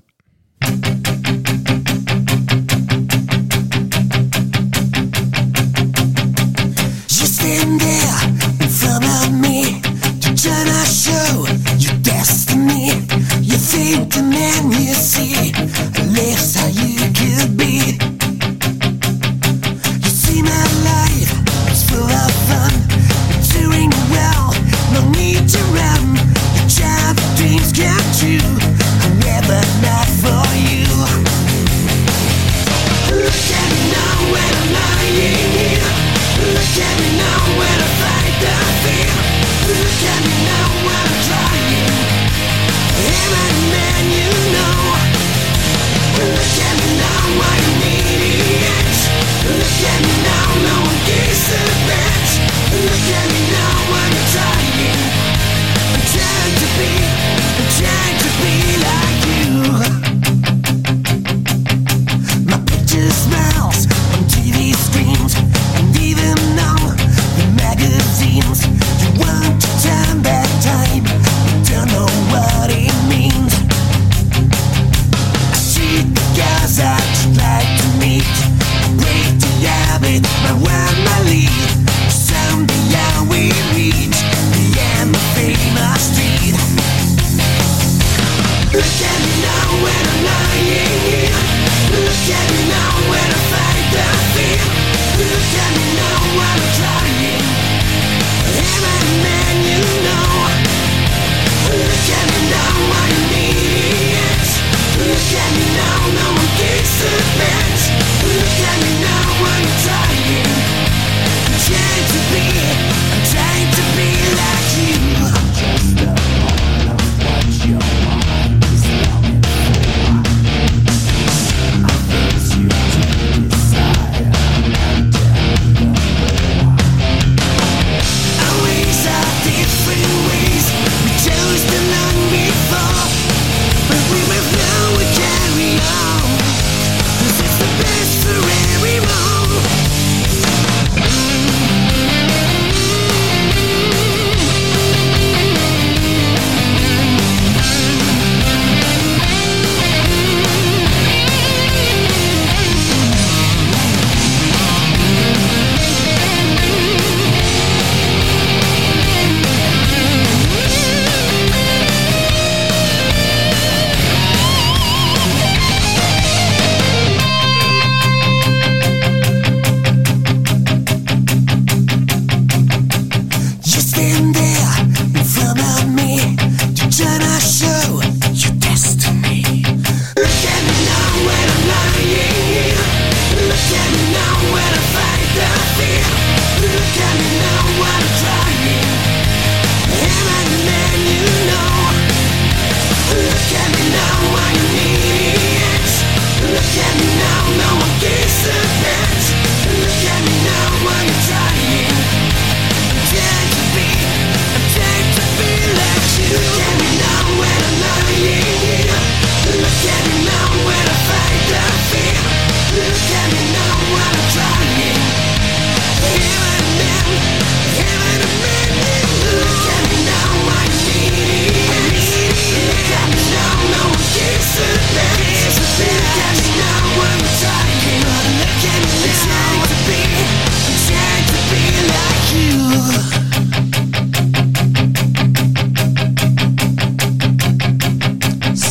You stand there in front of me to try to show your destiny. You think and then you see life's how you could be. You see my life is full of fun. Doing well, no need to run. The job dreams come true, however, not for you.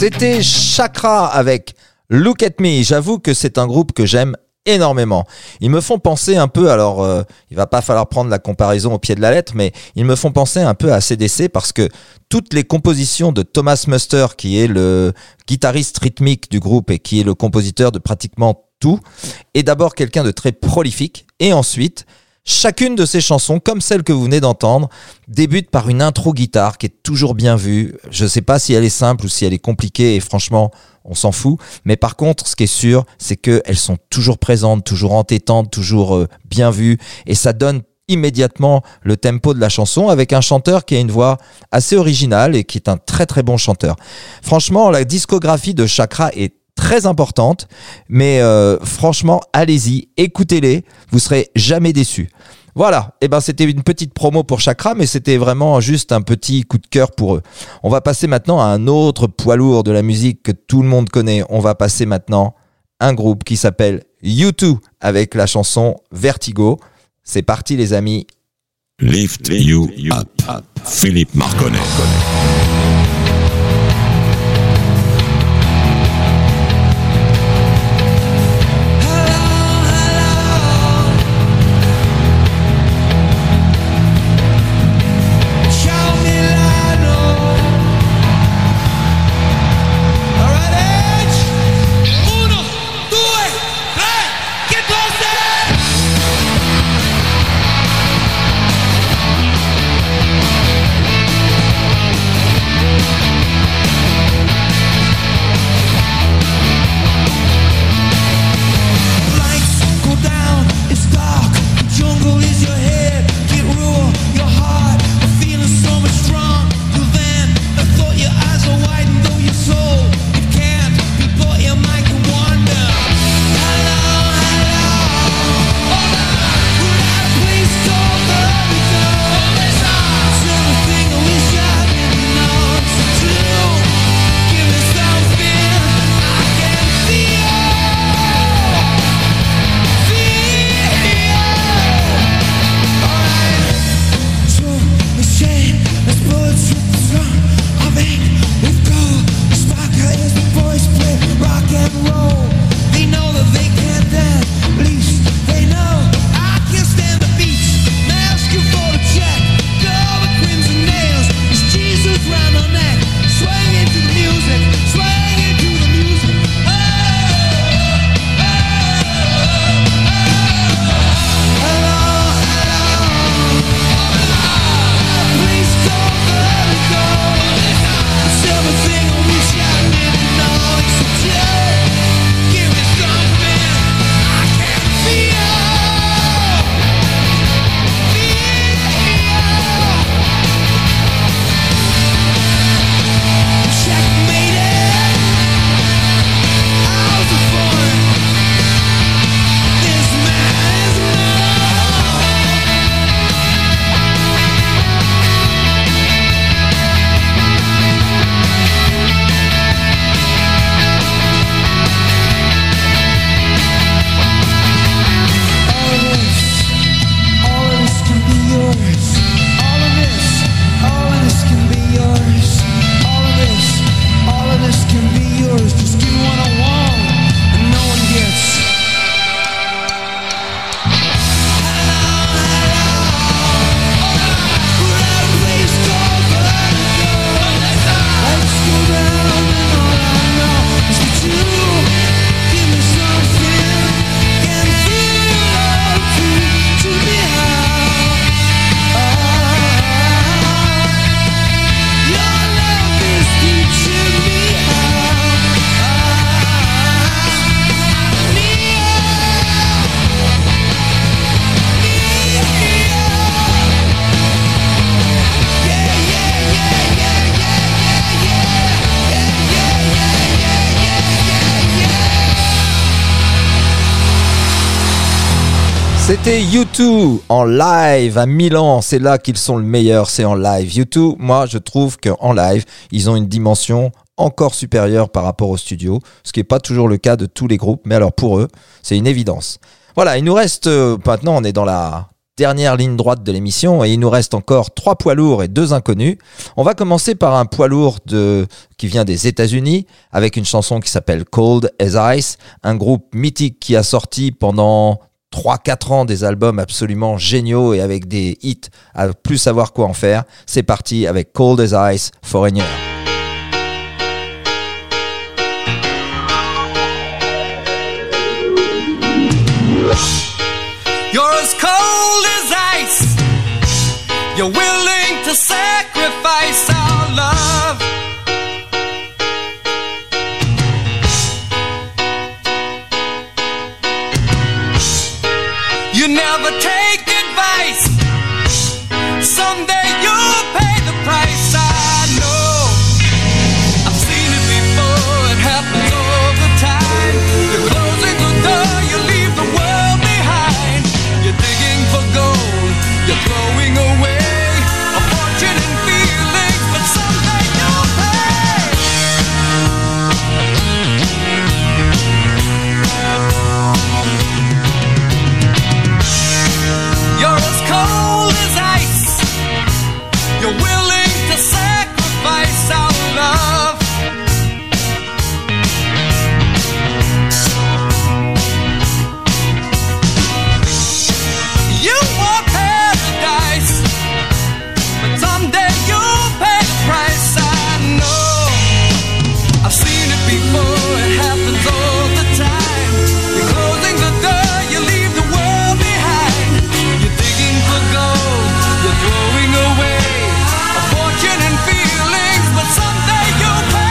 C'était Chakra avec Look at Me. J'avoue que c'est un groupe que j'aime énormément. Ils me font penser un peu, alors il va pas falloir prendre la comparaison au pied de la lettre, mais ils me font penser un peu à CDC parce que toutes les compositions de Thomas Muster, qui est le guitariste rythmique du groupe et qui est le compositeur de pratiquement tout, est d'abord quelqu'un de très prolifique et ensuite chacune de ces chansons, comme celle que vous venez d'entendre, débute par une intro guitare qui est toujours bien vue. Je sais pas si elle est simple ou si elle est compliquée et franchement, on s'en fout. Mais par contre, ce qui est sûr, c'est qu'elles sont toujours présentes, toujours entêtantes, toujours bien vues. Et ça donne immédiatement le tempo de la chanson avec un chanteur qui a une voix assez originale et qui est un très très bon chanteur. Franchement, la discographie de Chakra est très importante, mais franchement, allez-y, écoutez-les, vous serez jamais déçus. Voilà, et ben c'était une petite promo pour Chakra, mais c'était vraiment juste un petit coup de cœur pour eux. On va passer maintenant à un autre poids lourd de la musique que tout le monde connaît. On va passer maintenant à un groupe qui s'appelle U2 avec la chanson Vertigo. C'est parti les amis. Lift You Up, Philippe Marconnet. C'était U2 en live à Milan, c'est là qu'ils sont le meilleur, c'est en live. U2, moi je trouve qu'en live, ils ont une dimension encore supérieure par rapport au studio, ce qui n'est pas toujours le cas de tous les groupes, mais alors pour eux, c'est une évidence. Voilà, il nous reste, maintenant on est dans la dernière ligne droite de l'émission et il nous reste encore 3 poids lourds et 2 inconnus. On va commencer par un poids lourd qui vient des États-Unis avec une chanson qui s'appelle Cold as Ice, un groupe mythique qui a sorti pendant 3-4 ans des albums absolument géniaux et avec des hits à plus savoir quoi en faire. C'est parti avec Cold as Ice, Foreigner. You're as cold as ice. You're willing to sacrifice our love. You never take advice. Someday you'll pay the price. I know. I've seen it before. It happens all the time. You're closing the door. You leave the world behind. You're digging for gold. You're throwing away a fortune and feelings, but someday you'll pay. You're as cold as ice. You're willing to sacrifice our love. You want paradise, but someday you'll pay the price. I know. I've seen it before. It happens all the time. You're closing the door. You leave the world behind. You're digging for gold. You're throwing away a fortune and feelings, but someday you'll pay.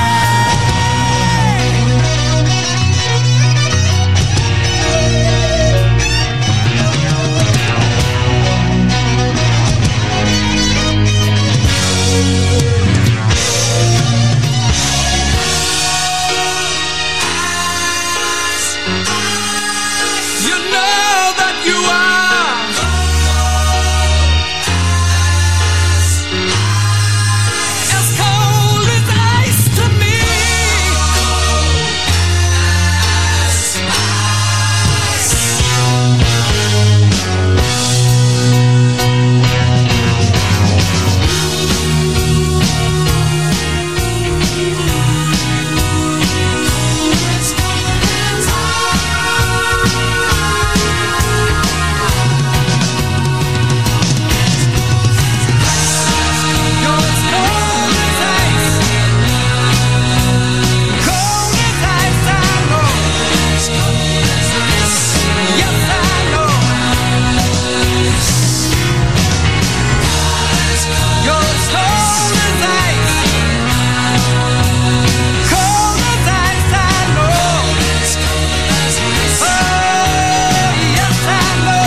You know that you are as cold as ice to me. You're as cold as ice. Cold as ice, I know. Yes, I know. You're as cold as ice. Cold as ice, I know. Oh, yes, I know.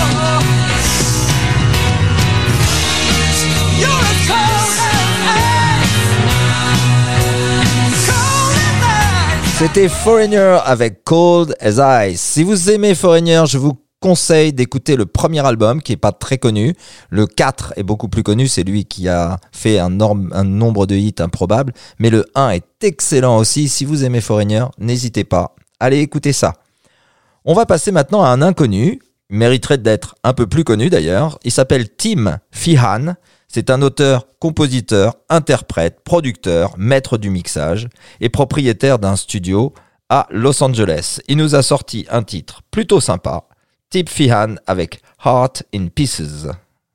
You're as cold as ice. C'était Foreigner avec Cold as Ice. Si vous aimez Foreigner, je vous conseille d'écouter le premier album qui est pas très connu. Le 4 est beaucoup plus connu, c'est lui qui a fait un nombre de hits improbables. Mais le 1 est excellent aussi. Si vous aimez Foreigner, n'hésitez pas. Allez écouter ça. On va passer maintenant à un inconnu. Il mériterait d'être un peu plus connu d'ailleurs. Il s'appelle Tim Feehan. C'est un auteur, compositeur, interprète, producteur, maître du mixage et propriétaire d'un studio à Los Angeles. Il nous a sorti un titre plutôt sympa, Tim Feehan avec Heart in Pieces.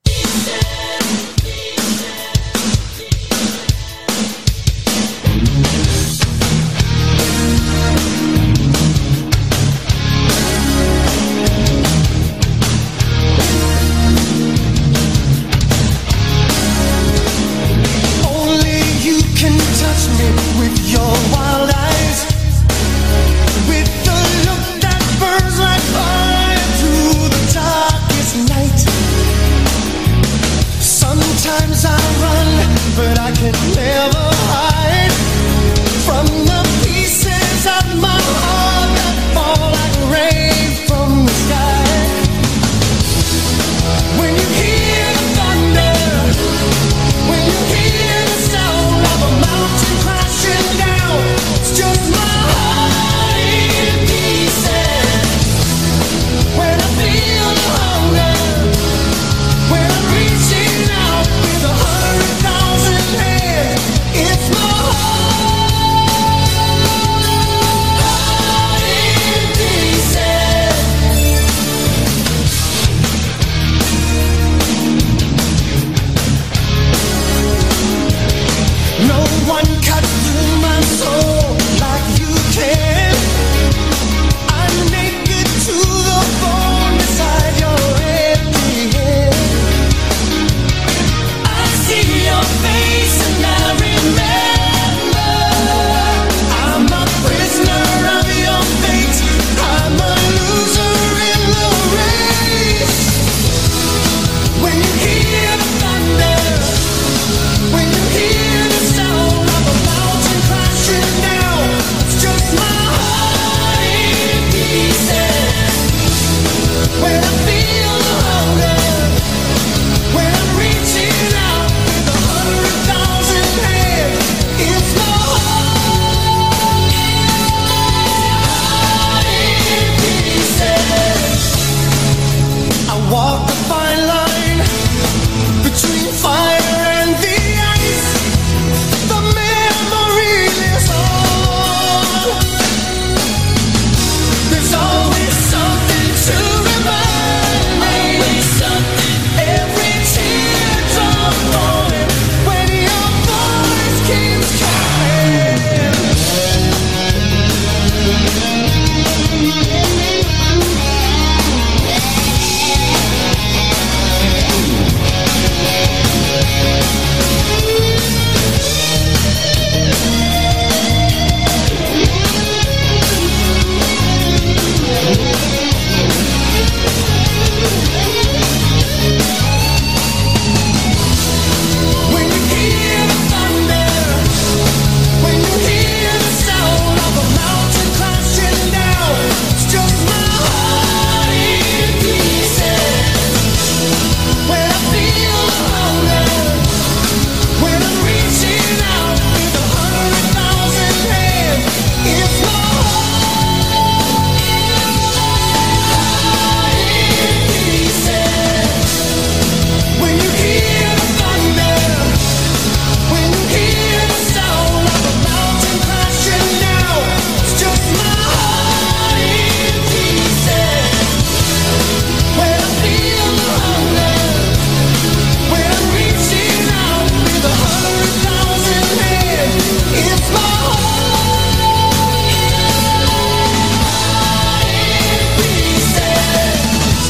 Only you can touch me with your wild eyes, with the look that burns like fire through the darkest night.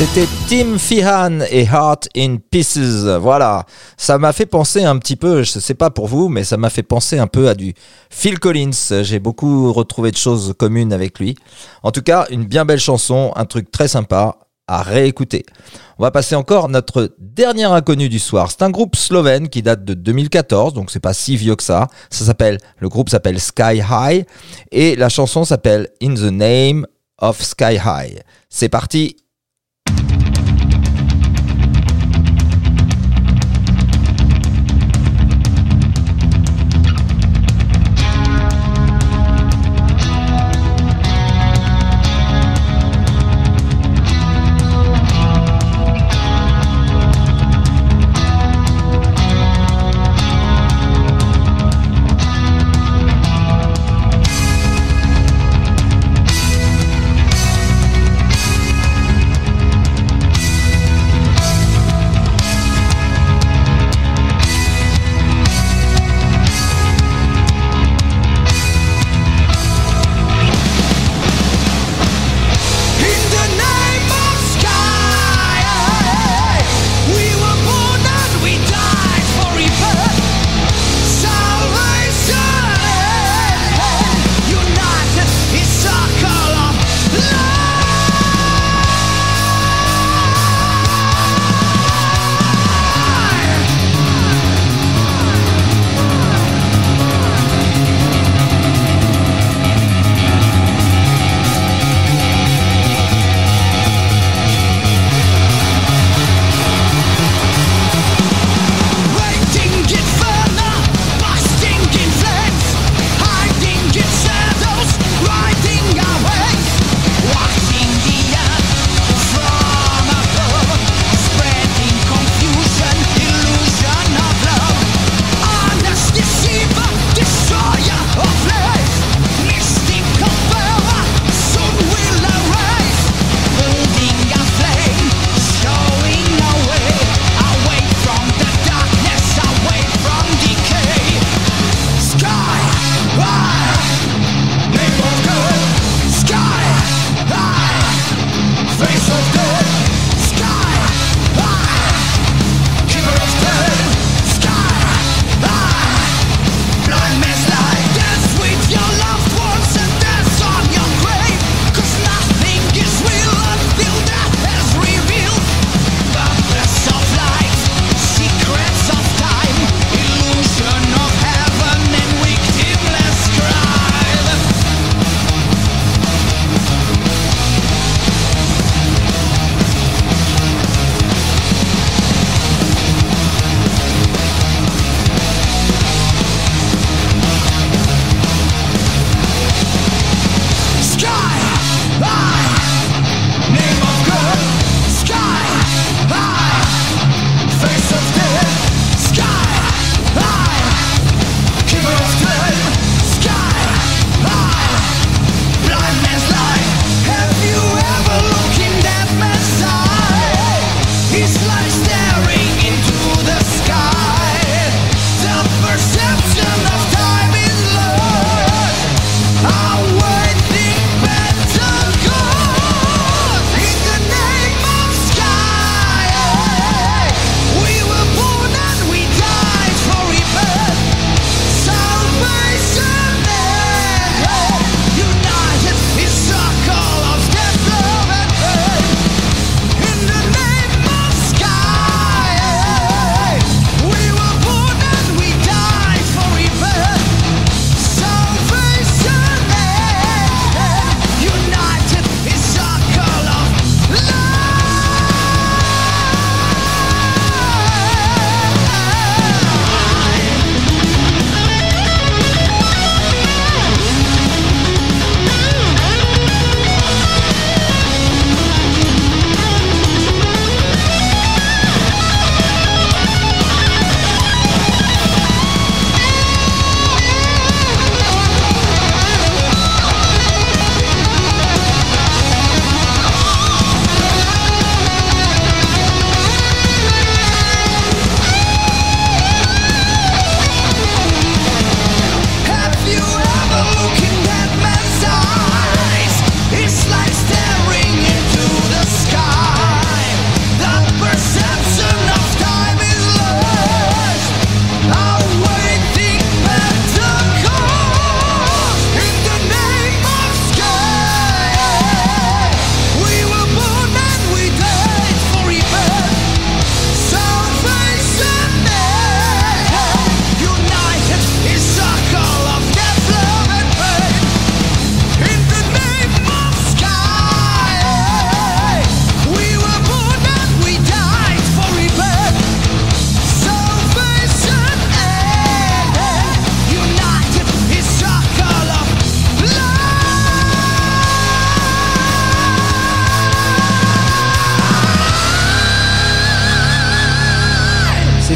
C'était Tim Feehan et Heart in Pieces. Voilà, ça m'a fait penser un petit peu, je sais pas pour vous, mais ça m'a fait penser un peu à du Phil Collins. J'ai beaucoup retrouvé de choses communes avec lui. En tout cas, une bien belle chanson, un truc très sympa à réécouter. On va passer encore notre dernier inconnu du soir. C'est un groupe slovène qui date de 2014, donc c'est pas si vieux que ça. Le groupe s'appelle Sky High et la chanson s'appelle In the Name of Sky High. C'est parti.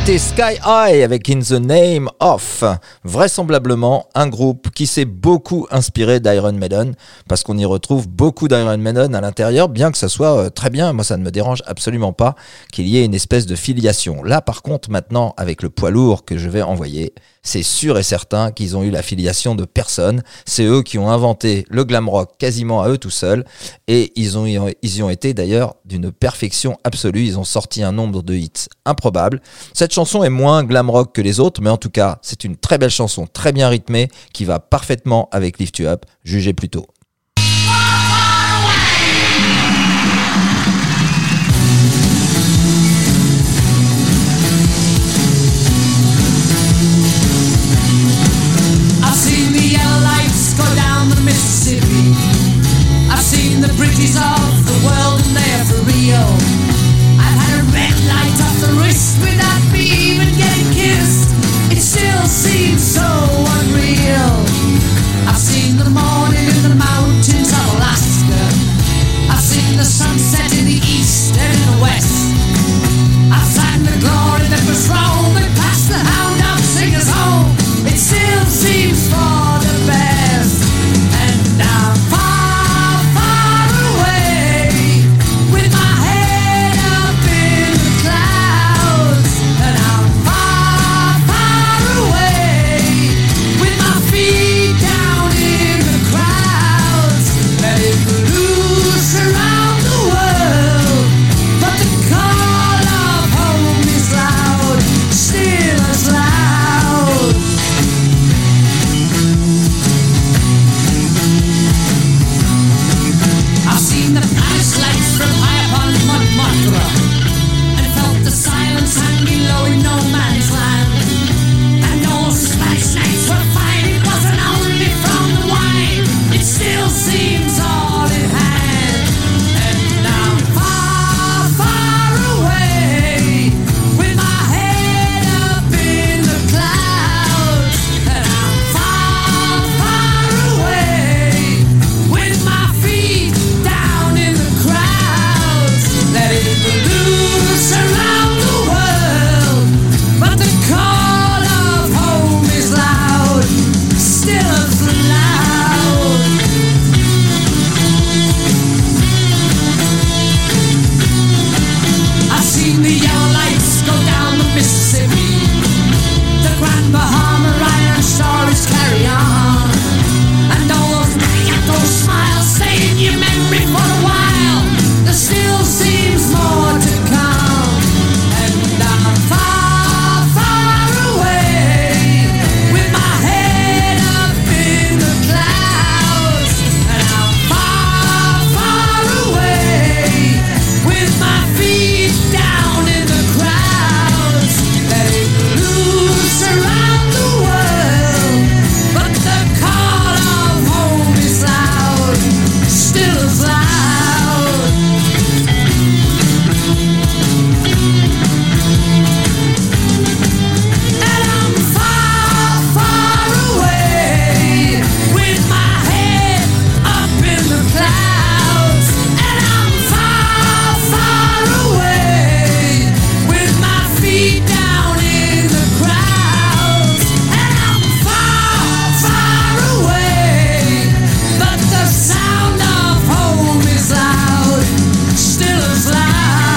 C'était Sky High avec In the Name of, vraisemblablement un groupe qui s'est beaucoup inspiré d'Iron Maiden, parce qu'on y retrouve beaucoup d'Iron Maiden à l'intérieur, bien que ça soit très bien, moi ça ne me dérange absolument pas qu'il y ait une espèce de filiation. Là par contre maintenant avec le poids lourd que je vais envoyer, c'est sûr et certain qu'ils ont eu la filiation de personne, c'est eux qui ont inventé le glam rock quasiment à eux tout seuls, et ils y ont été d'ailleurs d'une perfection absolue, ils ont sorti un nombre de hits improbable. Cette chanson est moins glam rock que les autres, mais en tout cas, c'est une très belle chanson, très bien rythmée, qui va parfaitement avec Lift You Up. Jugez plutôt. I've seen the yellow lights go down the Mississippi. I've seen the bridges of the world and they're for real. I've had a red light off the wrist without me even getting kissed. It still seems so unreal. I've seen the morning in the mountains of Alaska. I've seen the sunset in the east and in the west. I've seen the glory that was rolling past the hound dog singers home. It still seems for the best. And I'm far, far away with my head up in the clouds. And I'm far, far away with my feet down in the crowds. Letting loose around the world, but the call of home is loud, still as loud. I've seen the palace lights from high upon Montmartre and felt the silence hanging low in no man's land. And those Spanish nights were fine, it wasn't only from the wine, it still seems all in hand. And I'm far, far away with my head up in the clouds. And I'm far, far away with my feet down in the crowds. Letting loose around the world, but the call of home is loud, still as loud. I've seen the yellow lights go down the Mississippi, the Grand Bahama Iron stories carry on, and all those smiles stay in your memory for a while. There still seems more to come, and I'm far, far away with my head up in the clouds. And I'm far, far away with my feet down in the crowds. Letting loose around the world, but the call of home is loud, still as loud. And I'm far, far away with my head up in the clouds. And I'm far, far away with my feet down in the crowds. And I'm far, far away, but the sound of home is loud, still as loud.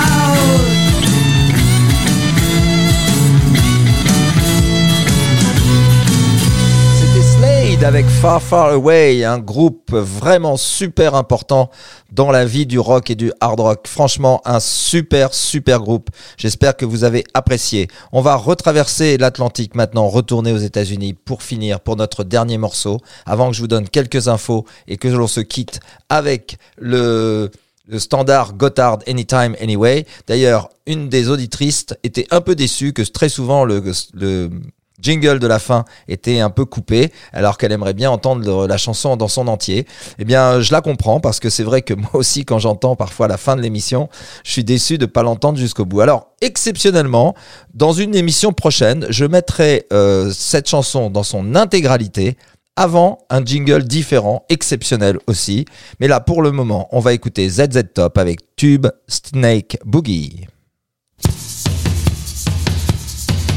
C'était Slade avec Far Far Away, un groupe vraiment super important dans la vie du rock et du hard rock. Franchement, un super groupe. J'espère que vous avez apprécié. On va retraverser l'Atlantique maintenant, retourner aux États-Unis pour finir, pour notre dernier morceau, avant que je vous donne quelques infos et que l'on se quitte avec le standard Gotthard Anytime Anyway. D'ailleurs, une des auditrices était un peu déçue que très souvent le jingle de la fin était un peu coupé, alors qu'elle aimerait bien entendre la chanson dans son entier. Eh bien, je la comprends, parce que c'est vrai que moi aussi, quand j'entends parfois la fin de l'émission, je suis déçu de ne pas l'entendre jusqu'au bout. Alors, exceptionnellement, dans une émission prochaine, je mettrai cette chanson dans son intégralité, avant un jingle différent, exceptionnel aussi. Mais là, pour le moment, on va écouter ZZ Top avec Tube Snake Boogie.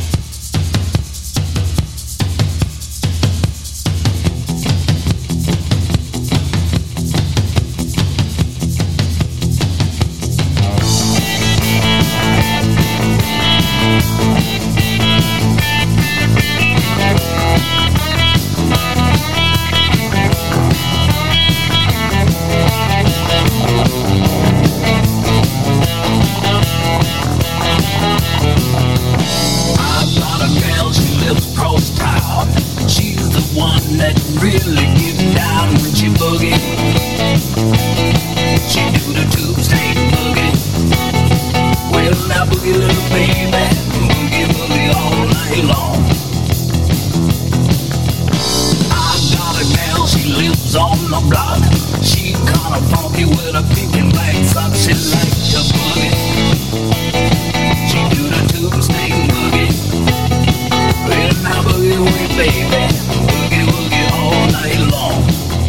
with her peeking lights up. She liked to boogie. She do the tube snake boogie. Well, now boogie woogie, baby. Boogie woogie all night long.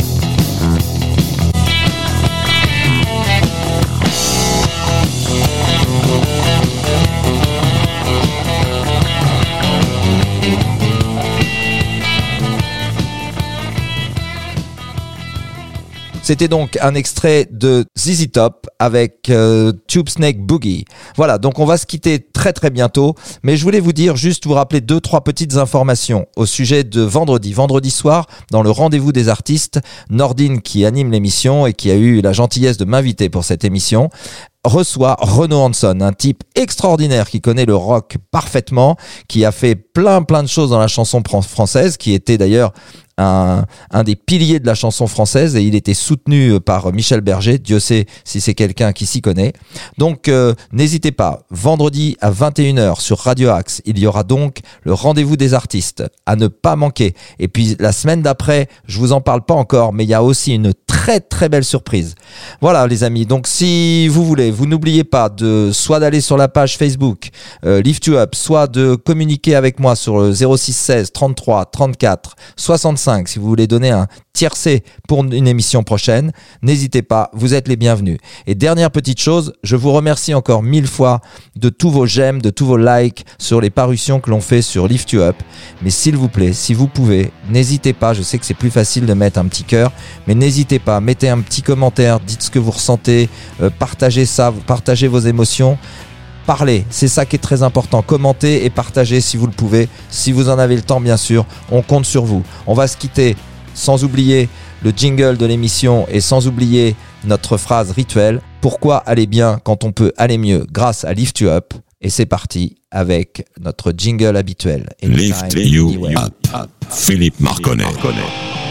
C'était donc un extrait de ZZ Top avec Tube Snake Boogie. Voilà, donc on va se quitter très très bientôt, mais je voulais vous dire, juste vous rappeler 2-3 petites informations au sujet de vendredi soir, dans le rendez-vous des artistes. Nordine, qui anime l'émission et qui a eu la gentillesse de m'inviter pour cette émission, reçoit Renaud Hanson, un type extraordinaire qui connaît le rock parfaitement, qui a fait plein de choses dans la chanson française, qui était d'ailleurs un des piliers de la chanson française, et il était soutenu par Michel Berger. Dieu sait si c'est quelqu'un qui s'y connaît. Donc n'hésitez pas, vendredi à 21h sur Radio Axe, il y aura donc le rendez-vous des artistes à ne pas manquer. Et puis la semaine d'après, je vous en parle pas encore, mais il y a aussi une très très belle surprise. Voilà les amis, donc si vous voulez, vous n'oubliez pas soit d'aller sur la page Facebook Lift You Up, soit de communiquer avec moi sur le 06 16 33 34 65 si vous voulez donner un tiercé pour une émission prochaine. N'hésitez pas, vous êtes les bienvenus. Et dernière petite chose, je vous remercie encore 1000 fois de tous vos j'aime, de tous vos likes sur les parutions que l'on fait sur Lift You Up. Mais s'il vous plaît, si vous pouvez, n'hésitez pas, je sais que c'est plus facile de mettre un petit cœur, mais n'hésitez pas, mettez un petit commentaire, dites ce que vous ressentez, partagez ça, partagez vos émotions. Parlez, c'est ça qui est très important. Commentez et partagez si vous le pouvez. Si vous en avez le temps, bien sûr, on compte sur vous. On va se quitter sans oublier le jingle de l'émission et sans oublier notre phrase rituelle. Pourquoi aller bien quand on peut aller mieux grâce à Lift You Up? Et c'est parti avec notre jingle habituel. Lift You Up. Philippe Marconnet.